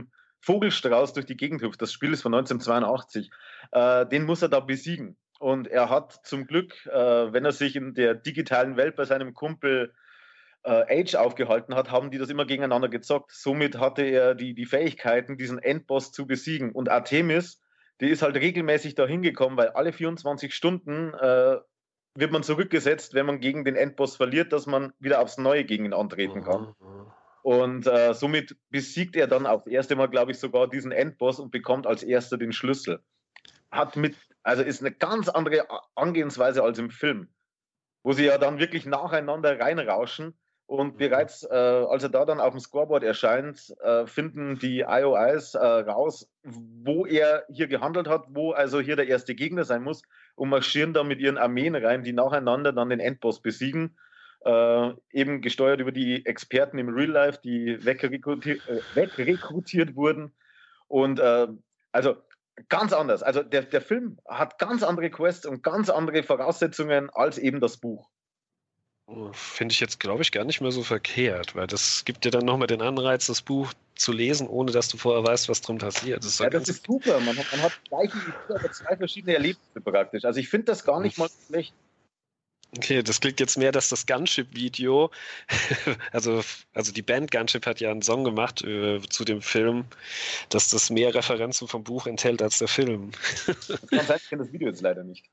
Vogelstrauß durch die Gegend hüpft. Das Spiel ist von neunzehnhundertzweiundachtzig. Äh, den muss er da besiegen. Und er hat zum Glück, äh, wenn er sich in der digitalen Welt bei seinem Kumpel äh, Age aufgehalten hat, haben die das immer gegeneinander gezockt. Somit hatte er die, die Fähigkeiten, diesen Endboss zu besiegen. Und Artemis, die ist halt regelmäßig da hingekommen, weil alle vierundzwanzig Stunden äh, wird man zurückgesetzt, wenn man gegen den Endboss verliert, dass man wieder aufs Neue gegen ihn antreten kann. Und äh, somit besiegt er dann aufs erste Mal, glaube ich, sogar diesen Endboss und bekommt als erster den Schlüssel. Hat mit, also ist eine ganz andere Angehensweise als im Film, wo sie ja dann wirklich nacheinander reinrauschen. Und bereits, äh, als er da dann auf dem Scoreboard erscheint, äh, finden die I O Is äh, raus, wo er hier gehandelt hat, wo also hier der erste Gegner sein muss, und marschieren dann mit ihren Armeen rein, die nacheinander dann den Endboss besiegen. Äh, eben gesteuert über die Experten im Real Life, die wegrekrutiert, äh, wegrekrutiert wurden. Und äh, also ganz anders. Also der, der Film hat ganz andere Quests und ganz andere Voraussetzungen als eben das Buch. Finde ich jetzt, glaube ich, gar nicht mehr so verkehrt, weil das gibt dir dann nochmal den Anreiz, das Buch zu lesen, ohne dass du vorher weißt, was drin passiert. Das ist, ja, das ist super. Man hat, man hat gleiche, aber zwei verschiedene Erlebnisse praktisch. Also ich finde das gar nicht mal schlecht. Okay, das klingt jetzt mehr, dass das Gunship-Video, also, also die Band Gunship hat ja einen Song gemacht äh, zu dem Film, dass das mehr Referenzen vom Buch enthält als der Film. Das kann sein, ich kenne das Video jetzt leider nicht.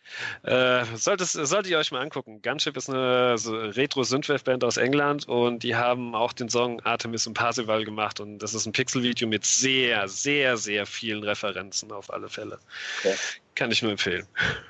Äh, solltet, solltet ihr euch mal angucken. Gunship ist eine so Retro-Synthwave-Band aus England und die haben auch den Song Artemis und Parzival gemacht und das ist ein Pixel-Video mit sehr, sehr, sehr vielen Referenzen auf alle Fälle. Okay. Kann ich nur empfehlen.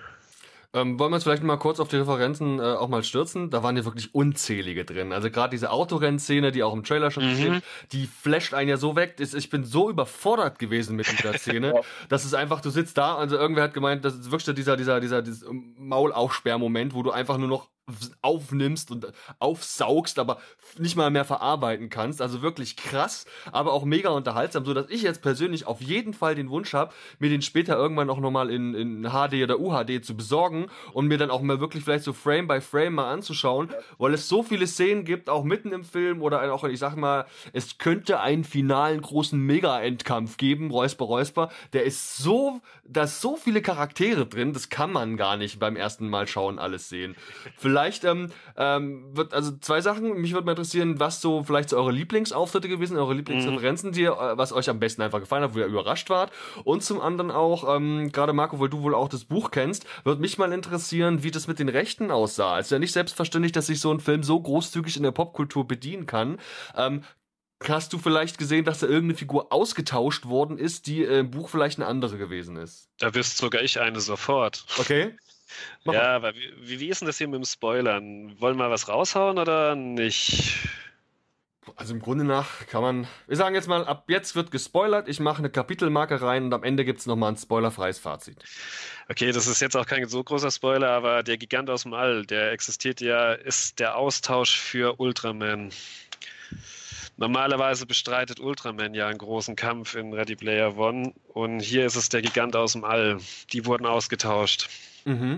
Ähm, wollen wir uns vielleicht mal kurz auf die Referenzen äh, auch mal stürzen? Da waren ja wirklich unzählige drin. Also gerade diese Autorennszene, die auch im Trailer schon mhm. steht, die flasht einen ja so weg. Ich bin so überfordert gewesen mit dieser Szene, ja. dass es einfach, du sitzt da, also irgendwer hat gemeint, das ist wirklich dieser, dieser, dieser, dieser Maulaufsperrmoment, wo du einfach nur noch aufnimmst und aufsaugst, aber nicht mal mehr verarbeiten kannst. Also wirklich krass, aber auch mega unterhaltsam, so dass ich jetzt persönlich auf jeden Fall den Wunsch habe, mir den später irgendwann auch nochmal in, in H D oder U H D zu besorgen und mir dann auch mal wirklich vielleicht so Frame by Frame mal anzuschauen, weil es so viele Szenen gibt, auch mitten im Film oder auch, ich sag mal, es könnte einen finalen großen Mega-Endkampf geben, Räusper, Räusper, der ist so, da ist so viele Charaktere drin, das kann man gar nicht beim ersten Mal schauen alles sehen. Vielleicht ähm, ähm, wird, also zwei Sachen, mich würde mal interessieren, was so vielleicht so eure Lieblingsauftritte gewesen, eure Lieblingsreferenzen, die, äh, was euch am besten einfach gefallen hat, wo ihr überrascht wart. Und zum anderen auch, ähm, gerade Marco, weil du wohl auch das Buch kennst, würde mich mal interessieren, wie das mit den Rechten aussah. Es ist ja nicht selbstverständlich, dass sich so ein Film so großzügig in der Popkultur bedienen kann. Ähm, hast du vielleicht gesehen, dass da irgendeine Figur ausgetauscht worden ist, die äh, im Buch vielleicht eine andere gewesen ist? Da wüsste sogar ich eine sofort. Okay. Mach ja, mal. aber wie, wie ist denn das hier mit dem Spoilern? Wollen wir was raushauen oder nicht? Also im Grunde nach kann man, wir sagen jetzt mal, ab jetzt wird gespoilert, ich mache eine Kapitelmarke rein und am Ende gibt es nochmal ein spoilerfreies Fazit. Okay, das ist jetzt auch kein so großer Spoiler, aber der Gigant aus dem All, der existiert ja, ist der Austausch für Ultraman. Normalerweise bestreitet Ultraman ja einen großen Kampf in Ready Player One und hier ist es der Gigant aus dem All. Die wurden ausgetauscht. Mhm.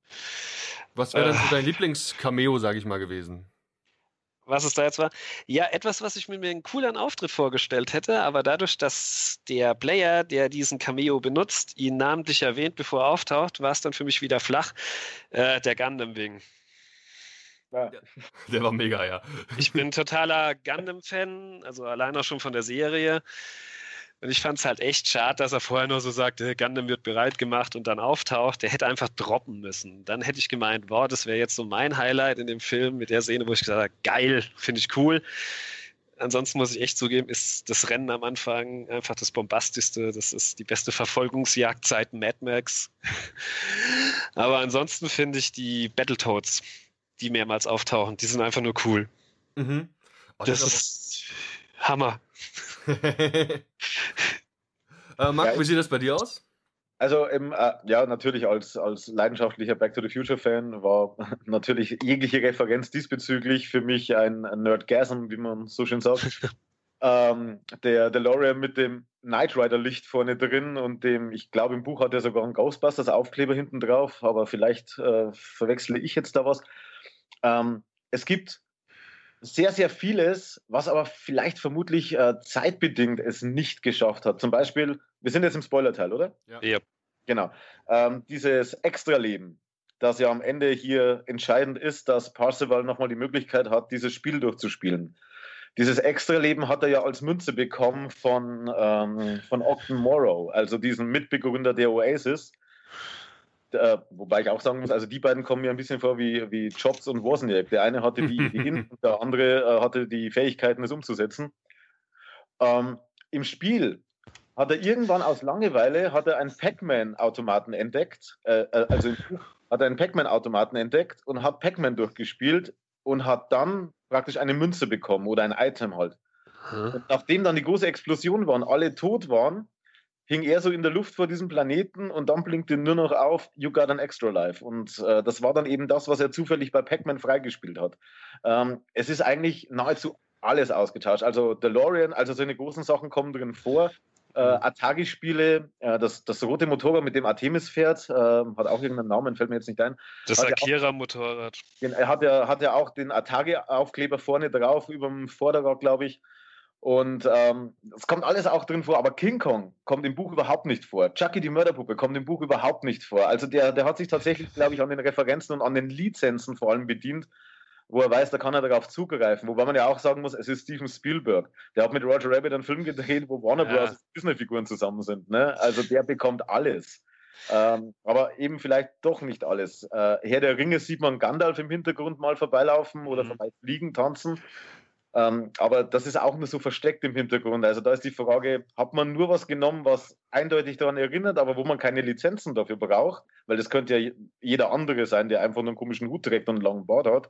Was wäre äh, denn so dein Lieblings-Cameo, sag ich mal, gewesen? Was es da jetzt war? Ja, etwas, was ich mir einen cooleren Auftritt vorgestellt hätte, aber dadurch, dass der Player, der diesen Cameo benutzt, ihn namentlich erwähnt, bevor er auftaucht, war es dann für mich wieder flach. Äh, der Gundam Wing. Ja. Der war mega, ja. Ich bin totaler Gundam-Fan, also allein auch schon von der Serie. Und ich fand es halt echt schade, dass er vorher nur so sagte, Gundam wird bereit gemacht und dann auftaucht. Der hätte einfach droppen müssen. Dann hätte ich gemeint, wow, das wäre jetzt so mein Highlight in dem Film mit der Szene, wo ich gesagt habe, geil, finde ich cool. Ansonsten muss ich echt zugeben, ist das Rennen am Anfang einfach das Bombastischste. Das ist die beste Verfolgungsjagd seit Mad Max. Aber ansonsten finde ich die Battletoads, die mehrmals auftauchen, die sind einfach nur cool. Mhm. Oh, das, das ist Hammer. äh, Marc, ja, wie sieht das bei dir aus? Also ähm, äh, ja, natürlich als, als leidenschaftlicher Back to the Future Fan war natürlich jegliche Referenz diesbezüglich für mich ein, ein Nerdgasm, wie man so schön sagt. ähm, der DeLorean mit dem Knight Rider Licht vorne drin und dem, ich glaube im Buch hat er sogar einen Ghostbusters Aufkleber hinten drauf, aber vielleicht äh, verwechsle ich jetzt da was. Ähm, es gibt sehr, sehr vieles, was aber vielleicht vermutlich äh, zeitbedingt es nicht geschafft hat. Zum Beispiel, wir sind jetzt im Spoilerteil, oder? Ja. ja. Genau. Ähm, dieses Extra-Leben, das ja am Ende hier entscheidend ist, dass Parzival nochmal die Möglichkeit hat, dieses Spiel durchzuspielen. Dieses Extra-Leben hat er ja als Münze bekommen von, ähm, von Ogden Morrow, also diesen Mitbegründer der Oasis. Äh, wobei ich auch sagen muss, also die beiden kommen mir ein bisschen vor wie, wie Jobs und Wozniak. Der eine hatte die Ideen und der andere äh, hatte die Fähigkeiten, es umzusetzen. Ähm, Im Spiel hat er irgendwann aus Langeweile hat er einen Pac-Man-Automaten entdeckt, äh, also im Buch hat er einen Pac-Man-Automaten entdeckt und hat Pac-Man durchgespielt und hat dann praktisch eine Münze bekommen oder ein Item halt. Hm. Und nachdem dann die große Explosion war und alle tot waren, hing er so in der Luft vor diesem Planeten und dann blinkte nur noch auf, you got an extra life. Und äh, das war dann eben das, was er zufällig bei Pac-Man freigespielt hat. Ähm, es ist eigentlich nahezu alles ausgetauscht. Also DeLorean, also so eine großen Sachen kommen drin vor. Äh, Atari-Spiele, äh, das, das rote Motorrad, mit dem Artemis fährt, äh, hat auch irgendeinen Namen, fällt mir jetzt nicht ein. Das Akira-Motorrad. Er hat ja, hat ja auch den Atari-Aufkleber vorne drauf, über dem Vorderrad, glaube ich. Und ähm, es kommt alles auch drin vor, aber King Kong kommt im Buch überhaupt nicht vor. Chucky die Mörderpuppe kommt im Buch überhaupt nicht vor. Also der, der hat sich tatsächlich, glaube ich, an den Referenzen und an den Lizenzen vor allem bedient, wo er weiß, da kann er darauf zugreifen. Wobei man ja auch sagen muss, es ist Steven Spielberg. Der hat mit Roger Rabbit einen Film gedreht, wo Warner ja. Bros. Disney-Figuren zusammen sind. Ne? Also der bekommt alles. Ähm, aber eben vielleicht doch nicht alles. Äh, Herr der Ringe sieht man Gandalf im Hintergrund mal vorbeilaufen oder mhm. vorbeifliegen, tanzen. Ähm, aber das ist auch nur so versteckt im Hintergrund. Also da ist die Frage, hat man nur was genommen, was eindeutig daran erinnert, aber wo man keine Lizenzen dafür braucht? Weil das könnte ja jeder andere sein, der einfach nur einen komischen Hut trägt und einen langen Bart hat.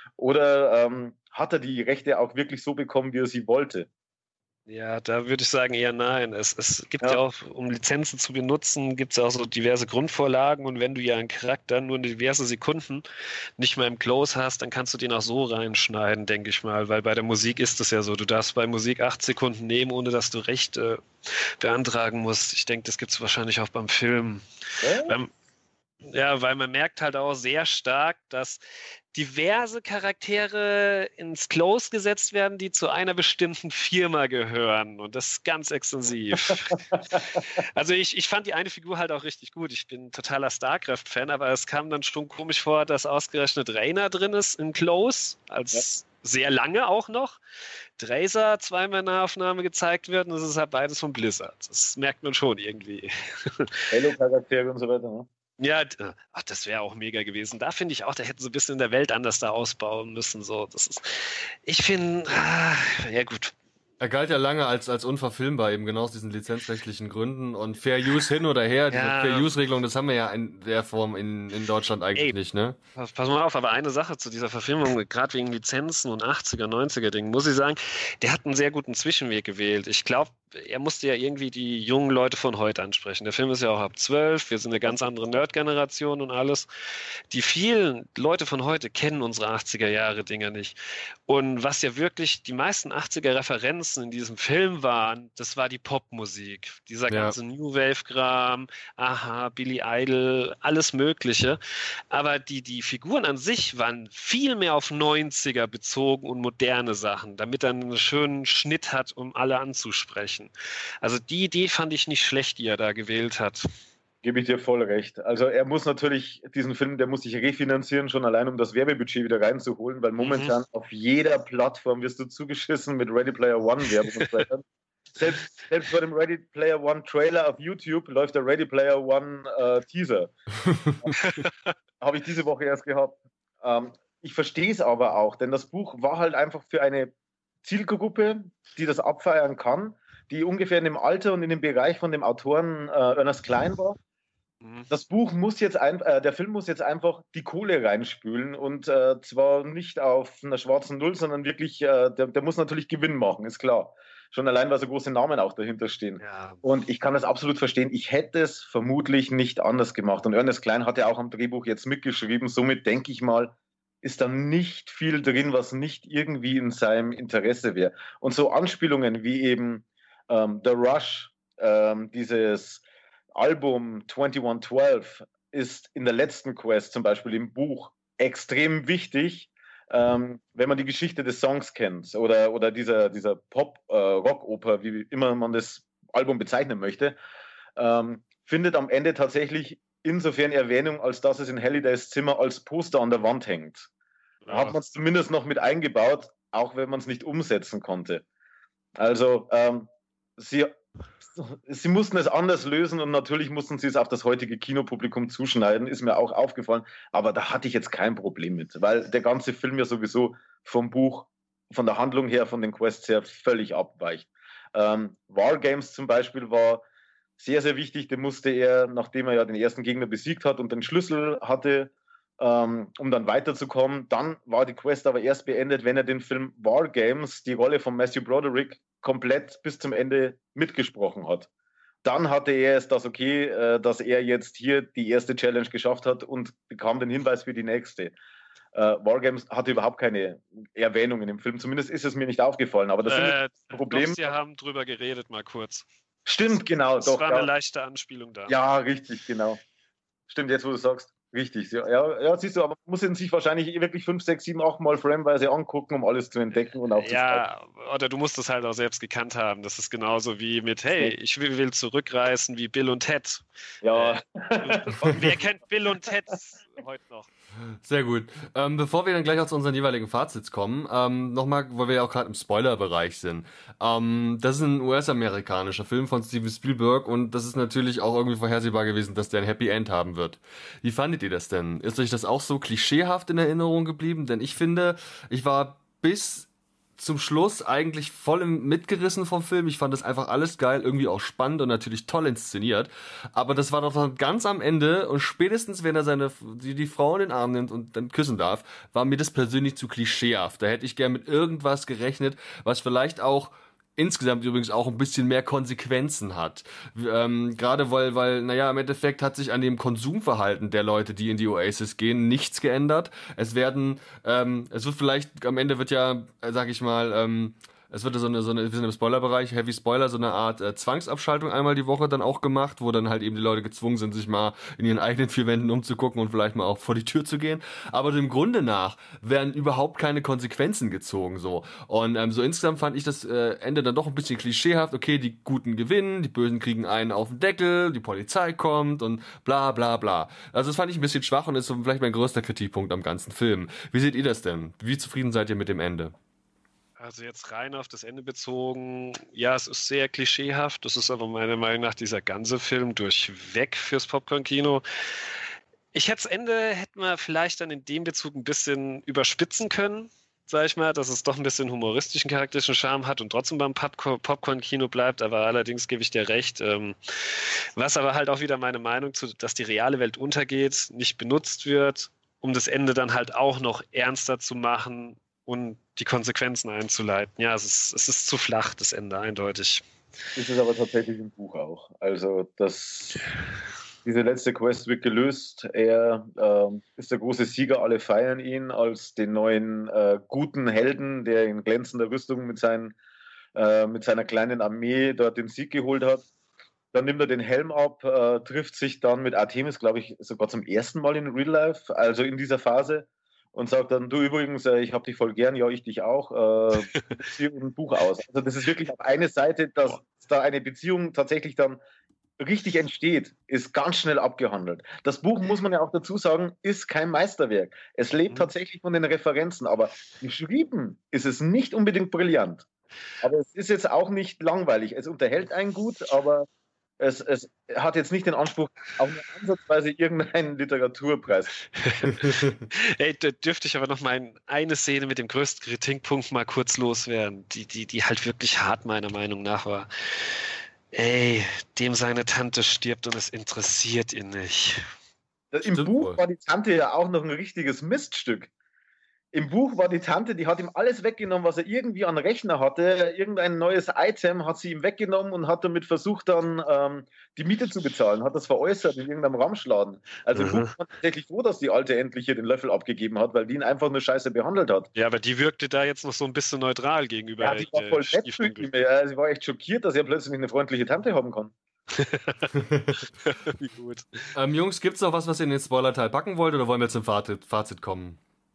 Oder ähm, hat er die Rechte auch wirklich so bekommen, wie er sie wollte? Ja, da würde ich sagen eher nein. Es, es gibt ja. ja auch, um Lizenzen zu benutzen, gibt es ja auch so diverse Grundvorlagen und wenn du ja einen Charakter nur diverse Sekunden nicht mehr im Close hast, dann kannst du den auch so reinschneiden, denke ich mal, weil bei der Musik ist es ja so, du darfst bei Musik acht Sekunden nehmen, ohne dass du Rechte beantragen musst. Ich denke, das gibt es wahrscheinlich auch beim Film. Ja? Beim, ja, weil man merkt halt auch sehr stark, dass diverse Charaktere ins Close gesetzt werden, die zu einer bestimmten Firma gehören. Und das ist ganz extensiv. Also ich, ich fand die eine Figur halt auch richtig gut. Ich bin totaler StarCraft-Fan, aber es kam dann schon komisch vor, dass ausgerechnet Rainer drin ist in Close, als ja. sehr lange auch noch. Drazer zweimal in der Aufnahme gezeigt wird und das ist halt beides von Blizzard. Das merkt man schon irgendwie. Halo-Charaktere und so weiter, ne? Ja, ach, das wäre auch mega gewesen. Da finde ich auch, da hätten sie ein bisschen in der Welt anders da ausbauen müssen. So, das ist, ich finde, ah, ja gut. Er galt ja lange als, als unverfilmbar, eben genau aus diesen lizenzrechtlichen Gründen. Und Fair Use hin oder her, diese ja. Fair Use-Regelung, das haben wir ja in der Form in, in Deutschland eigentlich Ey, nicht, ne? Pass, pass mal auf, aber eine Sache zu dieser Verfilmung, gerade wegen Lizenzen und achtziger, neunziger Dingen, muss ich sagen, der hat einen sehr guten Zwischenweg gewählt. Ich glaube, er musste ja irgendwie die jungen Leute von heute ansprechen. Der Film ist ja auch ab zwölf, wir sind eine ganz andere Nerd-Generation und alles. Die vielen Leute von heute kennen unsere achtziger-Jahre-Dinger nicht. Und was ja wirklich die meisten achtziger-Referenzen in diesem Film waren, das war die Popmusik. Dieser ja. ganze New Wave-Kram, Aha, Billy Idol, alles Mögliche. Aber die, die Figuren an sich waren viel mehr auf neunziger bezogen und moderne Sachen, damit er einen schönen Schnitt hat, um alle anzusprechen. Also die Idee fand ich nicht schlecht, die er da gewählt hat. Gebe ich dir voll recht. Also er muss natürlich, diesen Film, der muss sich refinanzieren, schon allein um das Werbebudget wieder reinzuholen, weil momentan mhm. auf jeder Plattform wirst du zugeschissen mit Ready Player One Werbung. selbst, selbst bei dem Ready Player One Trailer auf YouTube läuft der Ready Player One äh, Teaser. Habe ich diese Woche erst gehabt. Ähm, ich verstehe es aber auch, denn das Buch war halt einfach für eine Zielgruppe, die das abfeiern kann, die ungefähr in dem Alter und in dem Bereich von dem Autoren äh, Ernest Cline war. Mhm. Das Buch muss jetzt, ein, äh, der Film muss jetzt einfach die Kohle reinspülen und äh, zwar nicht auf einer schwarzen Null, sondern wirklich, äh, der, der muss natürlich Gewinn machen, ist klar. Schon allein, weil so große Namen auch dahinter stehen. Ja. Und ich kann das absolut verstehen. Ich hätte es vermutlich nicht anders gemacht. Und Ernest Cline hat ja auch am Drehbuch jetzt mitgeschrieben. Somit denke ich mal, ist da nicht viel drin, was nicht irgendwie in seinem Interesse wäre. Und so Anspielungen wie eben ähm, The Rush, ähm, dieses Album einundzwanzig zwölf ist in der letzten Quest zum Beispiel im Buch extrem wichtig. ähm, wenn man die Geschichte des Songs kennt oder, oder dieser, dieser Pop-Rock-Oper, äh, wie immer man das Album bezeichnen möchte, ähm, findet am Ende tatsächlich insofern Erwähnung, als dass es in Hallidays Zimmer als Poster an der Wand hängt. Da hat man es zumindest noch mit eingebaut, auch wenn man es nicht umsetzen konnte. Also ähm, sie, sie mussten es anders lösen und natürlich mussten sie es auf das heutige Kinopublikum zuschneiden, ist mir auch aufgefallen, aber da hatte ich jetzt kein Problem mit, weil der ganze Film ja sowieso vom Buch, von der Handlung her, von den Quests her völlig abweicht. Ähm, Wargames zum Beispiel war sehr, sehr wichtig, den musste er, nachdem er ja den ersten Gegner besiegt hat und den Schlüssel hatte, ähm, um dann weiterzukommen. Dann war die Quest aber erst beendet, wenn er den Film Wargames, die Rolle von Matthew Broderick, komplett bis zum Ende mitgesprochen hat. Dann hatte er es das okay, äh, dass er jetzt hier die erste Challenge geschafft hat und bekam den Hinweis für die nächste. Äh, Wargames hatte überhaupt keine Erwähnung in dem Film, zumindest ist es mir nicht aufgefallen. Aber das äh, ist ein Problem. Wir haben drüber geredet, mal kurz. Stimmt, genau. Das doch, war ja. eine leichte Anspielung da. Ja, richtig, genau. Stimmt, jetzt wo du sagst. Richtig, ja, ja, ja, siehst du, aber man muss ihn sich wahrscheinlich wirklich fünf, sechs, sieben, acht Mal frameweise angucken, um alles zu entdecken und auch zu Ja, oder du musst es halt auch selbst gekannt haben. Das ist genauso wie mit, hey, ich will, will zurückreißen wie Bill und Ted. Ja. Äh, wer kennt Bill und Ted heute noch? Sehr gut. Ähm, bevor wir dann gleich auch zu unseren jeweiligen Fazits kommen, ähm, nochmal, weil wir ja auch gerade im Spoiler-Bereich sind. Ähm, das ist ein U S-amerikanischer Film von Steven Spielberg und das ist natürlich auch irgendwie vorhersehbar gewesen, dass der ein Happy End haben wird. Wie fandet ihr das denn? Ist euch das auch so klischeehaft in Erinnerung geblieben? Denn ich finde, ich war bis zum Schluss eigentlich voll mitgerissen vom Film. Ich fand das einfach alles geil, irgendwie auch spannend und natürlich toll inszeniert. Aber das war doch dann ganz am Ende und spätestens, wenn er seine die, die Frau in den Arm nimmt und dann küssen darf, war mir das persönlich zu klischeehaft. Da hätte ich gern mit irgendwas gerechnet, was vielleicht auch insgesamt übrigens auch ein bisschen mehr Konsequenzen hat. Ähm, gerade weil, weil, naja, im Endeffekt hat sich an dem Konsumverhalten der Leute, die in die Oasis gehen, nichts geändert. Es werden, ähm, es wird vielleicht, am Ende wird ja, äh, sag ich mal, ähm, es wird so eine, so eine, wir sind im Spoilerbereich, Heavy Spoiler, so eine Art äh, Zwangsabschaltung einmal die Woche dann auch gemacht, wo dann halt eben die Leute gezwungen sind, sich mal in ihren eigenen vier Wänden umzugucken und vielleicht mal auch vor die Tür zu gehen. Aber dem Grunde nach werden überhaupt keine Konsequenzen gezogen, so. Und ähm, so insgesamt fand ich das äh, Ende dann doch ein bisschen klischeehaft. Okay, die Guten gewinnen, die Bösen kriegen einen auf den Deckel, die Polizei kommt und bla bla bla. Also das fand ich ein bisschen schwach und ist so vielleicht mein größter Kritikpunkt am ganzen Film. Wie seht ihr das denn? Wie zufrieden seid ihr mit dem Ende? Also jetzt rein auf das Ende bezogen, ja, es ist sehr klischeehaft. Das ist aber meiner Meinung nach dieser ganze Film durchweg fürs Popcorn-Kino. Ich hätte das Ende, hätten wir vielleicht dann in dem Bezug ein bisschen überspitzen können, sag ich mal, dass es doch ein bisschen humoristischen, charakterischen Charme hat und trotzdem beim Popcorn-Kino bleibt. Aber allerdings gebe ich dir recht. Ähm, was aber halt auch wieder meine Meinung zu, dass die reale Welt untergeht, nicht benutzt wird, um das Ende dann halt auch noch ernster zu machen und die Konsequenzen einzuleiten. Ja, es ist, es ist zu flach, das Ende, eindeutig. Ist es aber tatsächlich im Buch auch. Also das, diese letzte Quest wird gelöst. Er äh, ist der große Sieger, alle feiern ihn als den neuen äh, guten Helden, der in glänzender Rüstung mit, seinen, äh, mit seiner kleinen Armee dort den Sieg geholt hat. Dann nimmt er den Helm ab, äh, trifft sich dann mit Artemis, glaube ich, sogar zum ersten Mal in Real Life, also in dieser Phase. Und sagt dann, du übrigens, äh, ich hab dich voll gern, ja, ich dich auch, äh, zieh ein Buch aus. Also das ist wirklich auf eine Seite, dass da eine Beziehung tatsächlich dann richtig entsteht, ist ganz schnell abgehandelt. Das Buch, muss man ja auch dazu sagen, ist kein Meisterwerk. Es lebt tatsächlich von den Referenzen, aber geschrieben ist es nicht unbedingt brillant. Aber es ist jetzt auch nicht langweilig. Es unterhält einen gut, aber Es, es hat jetzt nicht den Anspruch, auch nur ansatzweise irgendeinen Literaturpreis. Ey, da dürfte ich aber noch mal eine Szene mit dem größten Kritikpunkt mal kurz loswerden, die, die, die halt wirklich hart meiner Meinung nach war. Ey, dem seine Tante stirbt und es interessiert ihn nicht. Im Stimmt Buch wohl. War die Tante ja auch noch ein richtiges Miststück. Im Buch war die Tante, die hat ihm alles weggenommen, was er irgendwie an Rechner hatte. Irgendein neues Item hat sie ihm weggenommen und hat damit versucht, dann ähm, die Miete zu bezahlen. Hat das veräußert in irgendeinem Ramschladen. Also im Buch war tatsächlich froh, dass die Alte endlich hier den Löffel abgegeben hat, weil die ihn einfach nur scheiße behandelt hat. Ja, aber die wirkte da jetzt noch so ein bisschen neutral gegenüber. Ja, die war voll nett für ihn. Ja, sie war echt schockiert, dass er plötzlich eine freundliche Tante haben kann. Wie gut. Ähm, Jungs, gibt's noch was, was ihr in den Spoiler-Teil packen wollt, oder wollen wir zum Fazit, Fazit kommen?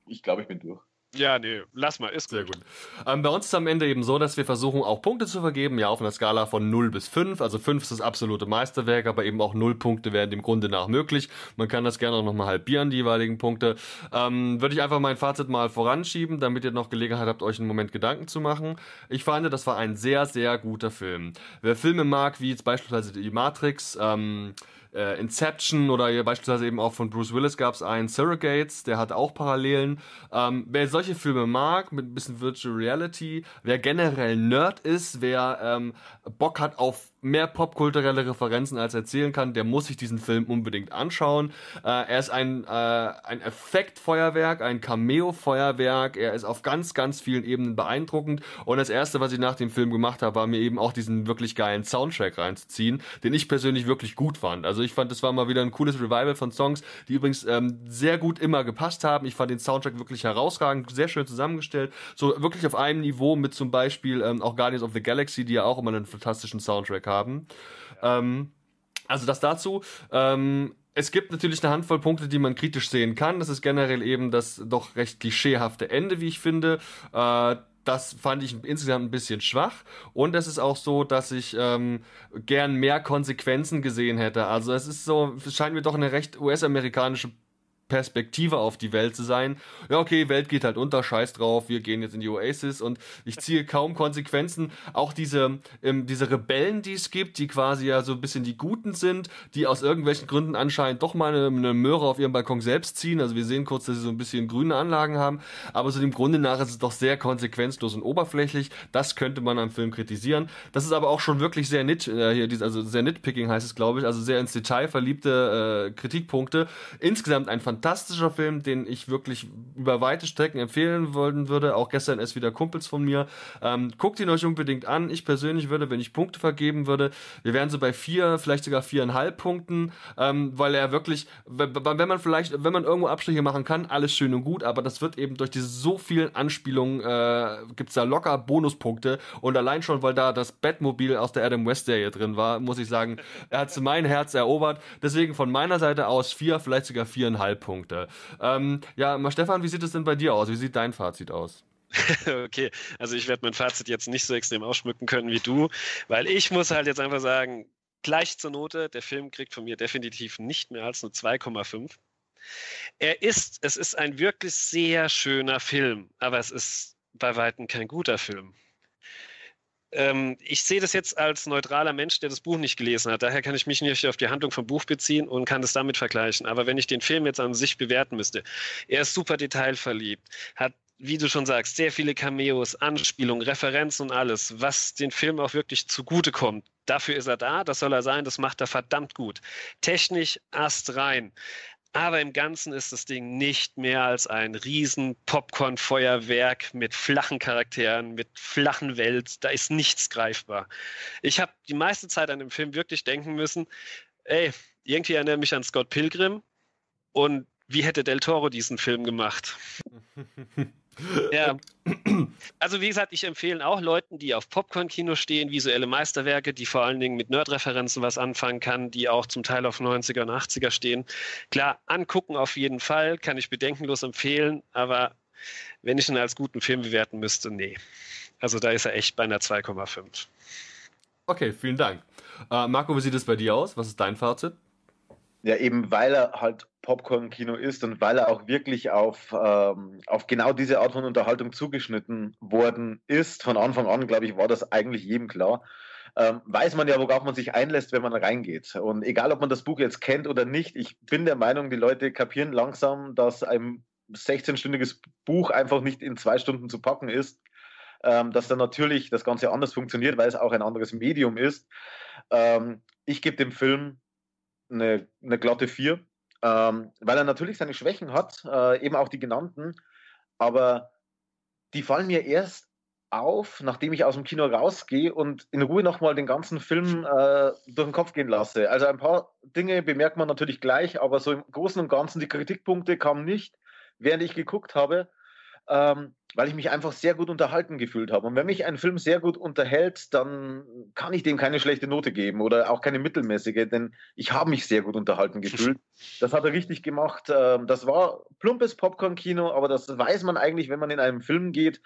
ich glaube, ich bin durch. Ja, nee, lass mal, ist Sehr gut. gut. Ähm, bei uns ist am Ende eben so, dass wir versuchen, auch Punkte zu vergeben, ja, auf einer Skala von null bis fünf. Also fünf ist das absolute Meisterwerk, aber eben auch null Punkte wären dem Grunde nach möglich. Man kann das gerne auch nochmal halbieren, die jeweiligen Punkte. Ähm, würde ich einfach mein Fazit mal voranschieben, damit ihr noch Gelegenheit habt, euch einen Moment Gedanken zu machen. Ich fand, das war ein sehr, sehr guter Film. Wer Filme mag, wie jetzt beispielsweise die Matrix, ähm, äh, Inception oder hier beispielsweise eben auch von Bruce Willis gab es einen Surrogates, der hat auch Parallelen. Ähm, wer solche Filme mag, mit ein bisschen Virtual Reality, wer generell Nerd ist, wer ähm, Bock hat auf mehr popkulturelle Referenzen als er erzählen kann, der muss sich diesen Film unbedingt anschauen. Äh, er ist ein, äh, ein Effektfeuerwerk, ein Cameo-Feuerwerk, er ist auf ganz, ganz vielen Ebenen beeindruckend und das erste, was ich nach dem Film gemacht habe, war mir eben auch diesen wirklich geilen Soundtrack reinzuziehen, den ich persönlich wirklich gut fand. Also ich fand, es war mal wieder ein cooles Revival von Songs, die übrigens ähm, sehr gut immer gepasst haben. Ich fand den Soundtrack wirklich herausragend, sehr schön zusammengestellt, so wirklich auf einem Niveau mit zum Beispiel ähm, auch Guardians of the Galaxy, die ja auch immer einen fantastischen Soundtrack haben. haben. Ähm, also das dazu. Ähm, es gibt natürlich eine Handvoll Punkte, die man kritisch sehen kann. Das ist generell eben das doch recht klischeehafte Ende, wie ich finde. Äh, das fand ich insgesamt ein bisschen schwach. Und es ist auch so, dass ich ähm, gern mehr Konsequenzen gesehen hätte. Also es ist so, es scheint mir doch eine recht U S-amerikanische Perspektive auf die Welt zu sein. Ja, okay, Welt geht halt unter, scheiß drauf, wir gehen jetzt in die Oasis und ich ziehe kaum Konsequenzen. Auch diese, ähm, diese Rebellen, die es gibt, die quasi ja so ein bisschen die Guten sind, die aus irgendwelchen Gründen anscheinend doch mal eine, eine Möhre auf ihrem Balkon selbst ziehen. Also wir sehen kurz, dass sie so ein bisschen grüne Anlagen haben, aber so dem Grunde nach ist es doch sehr konsequenzlos und oberflächlich. Das könnte man am Film kritisieren. Das ist aber auch schon wirklich sehr nit, äh, hier, also sehr nitpicking heißt es, glaube ich, also sehr ins Detail verliebte äh, Kritikpunkte. Insgesamt ein fantastischer Film, den ich wirklich über weite Strecken empfehlen wollen würde. Auch gestern erst wieder Kumpels von mir. Ähm, guckt ihn euch unbedingt an. Ich persönlich würde, wenn ich Punkte vergeben würde, wir wären so bei vier, vielleicht sogar viereinhalb Punkten, ähm, weil er wirklich, wenn man vielleicht, wenn man irgendwo Abstriche machen kann, alles schön und gut, aber das wird eben durch diese so vielen Anspielungen, äh, gibt's da locker Bonuspunkte und allein schon, weil da das Batmobil aus der Adam West Serie drin war, muss ich sagen, er hat mein Herz erobert. Deswegen von meiner Seite aus vier, vielleicht sogar viereinhalb Punkte. Ähm, ja, mal Stefan, wie sieht es denn bei dir aus? Wie sieht dein Fazit aus? Okay, also ich werde mein Fazit jetzt nicht so extrem ausschmücken können wie du, weil ich muss halt jetzt einfach sagen, gleich zur Note, der Film kriegt von mir definitiv nicht mehr als eine zwei Komma fünf. Er ist, es ist ein wirklich sehr schöner Film, aber es ist bei Weitem kein guter Film. Ähm, ich sehe das jetzt als neutraler Mensch, der das Buch nicht gelesen hat. Daher kann ich mich nicht auf die Handlung vom Buch beziehen und kann das damit vergleichen. Aber wenn ich den Film jetzt an sich bewerten müsste, er ist super detailverliebt, hat, wie du schon sagst, sehr viele Cameos, Anspielungen, Referenzen und alles, was den Film auch wirklich zugutekommt. Dafür ist er da, das soll er sein, das macht er verdammt gut. Technisch astrein. Aber im Ganzen ist das Ding nicht mehr als ein riesen Popcorn-Feuerwerk mit flachen Charakteren, mit flachen Welt. Da ist nichts greifbar. Ich habe die meiste Zeit an dem Film wirklich denken müssen, ey, irgendwie erinnere mich an Scott Pilgrim und wie hätte Del Toro diesen Film gemacht? Ja, also wie gesagt, ich empfehle auch Leuten, die auf Popcorn-Kino stehen, visuelle Meisterwerke, die vor allen Dingen mit Nerd-Referenzen was anfangen kann, die auch zum Teil auf neunziger und achtziger stehen. Klar, angucken auf jeden Fall, kann ich bedenkenlos empfehlen, aber wenn ich ihn als guten Film bewerten müsste, nee. Also da ist er echt bei einer zwei Komma fünf. Okay, vielen Dank. Äh, Marco, wie sieht es bei dir aus? Was ist dein Fazit? Ja, eben weil er halt Popcorn-Kino ist und weil er auch wirklich auf, ähm, auf genau diese Art von Unterhaltung zugeschnitten worden ist. Von Anfang an, glaube ich, war das eigentlich jedem klar. Ähm, weiß man ja, worauf man sich einlässt, wenn man reingeht. Und egal, ob man das Buch jetzt kennt oder nicht, ich bin der Meinung, die Leute kapieren langsam, dass ein sechzehnstündiges Buch einfach nicht in zwei Stunden zu packen ist. Ähm, dass dann natürlich das Ganze anders funktioniert, weil es auch ein anderes Medium ist. Ähm, ich gebe dem Film eine, eine glatte vier, ähm, weil er natürlich seine Schwächen hat, äh, eben auch die genannten, aber die fallen mir erst auf, nachdem ich aus dem Kino rausgehe und in Ruhe nochmal den ganzen Film äh, durch den Kopf gehen lasse. Also ein paar Dinge bemerkt man natürlich gleich, aber so im Großen und Ganzen die Kritikpunkte kamen nicht, während ich geguckt habe. Ähm, weil ich mich einfach sehr gut unterhalten gefühlt habe. Und wenn mich ein Film sehr gut unterhält, dann kann ich dem keine schlechte Note geben oder auch keine mittelmäßige, denn ich habe mich sehr gut unterhalten gefühlt. Das hat er richtig gemacht. Das war plumpes Popcorn-Kino, aber das weiß man eigentlich, wenn man in einen Film geht,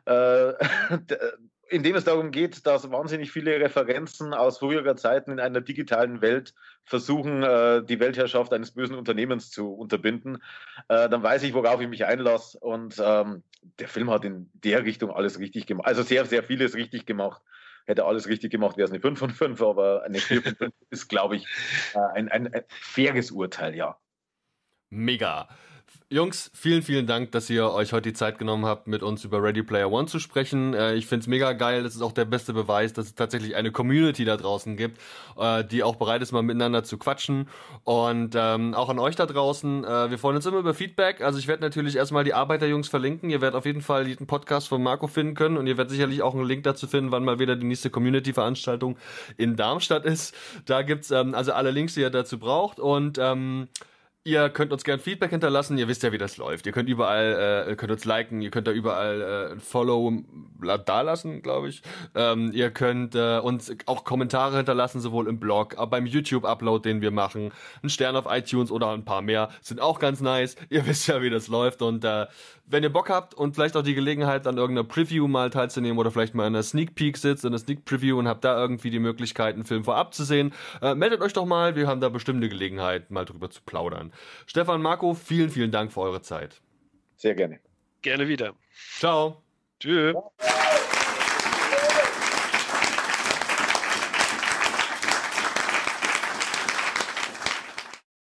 in dem es darum geht, dass wahnsinnig viele Referenzen aus früherer Zeiten in einer digitalen Welt versuchen, die Weltherrschaft eines bösen Unternehmens zu unterbinden. Dann weiß ich, worauf ich mich einlasse. Und ähm, der Film hat in der Richtung alles richtig gemacht. Also sehr, sehr vieles richtig gemacht. Hätte alles richtig gemacht, wäre es eine fünf von fünf, aber eine vier von fünf ist, glaube ich, ein, ein, ein faires Urteil, ja. Mega. Jungs, vielen, vielen Dank, dass ihr euch heute die Zeit genommen habt, mit uns über Ready Player One zu sprechen. Äh, ich find's mega geil. Das ist auch der beste Beweis, dass es tatsächlich eine Community da draußen gibt, äh, die auch bereit ist, mal miteinander zu quatschen. Und ähm, auch an euch da draußen. Äh, wir freuen uns immer über Feedback. Also ich werde natürlich erstmal die Arbeit der Jungs verlinken. Ihr werdet auf jeden Fall jeden Podcast von Marco finden können. Und ihr werdet sicherlich auch einen Link dazu finden, wann mal wieder die nächste Community-Veranstaltung in Darmstadt ist. Da gibt's ähm, also alle Links, die ihr dazu braucht. Und ähm, ihr könnt uns gerne Feedback hinterlassen, ihr wisst ja, wie das läuft. Ihr könnt überall, äh, könnt uns liken, ihr könnt da überall äh, ein Follow da lassen, glaube ich. Ähm, ihr könnt äh, uns auch Kommentare hinterlassen, sowohl im Blog, aber beim YouTube-Upload, den wir machen. Ein Stern auf iTunes oder ein paar mehr sind auch ganz nice. Ihr wisst ja, wie das läuft. Und äh, wenn ihr Bock habt und vielleicht auch die Gelegenheit, an irgendeiner Preview mal teilzunehmen oder vielleicht mal in einer Sneak Peek sitzt, in einer Sneak Preview und habt da irgendwie die Möglichkeit, einen Film vorab zu sehen, äh, meldet euch doch mal. Wir haben da bestimmt eine Gelegenheit, mal drüber zu plaudern. Stefan, Marco, vielen, vielen Dank für eure Zeit. Sehr gerne. Gerne wieder. Ciao. Tschüss.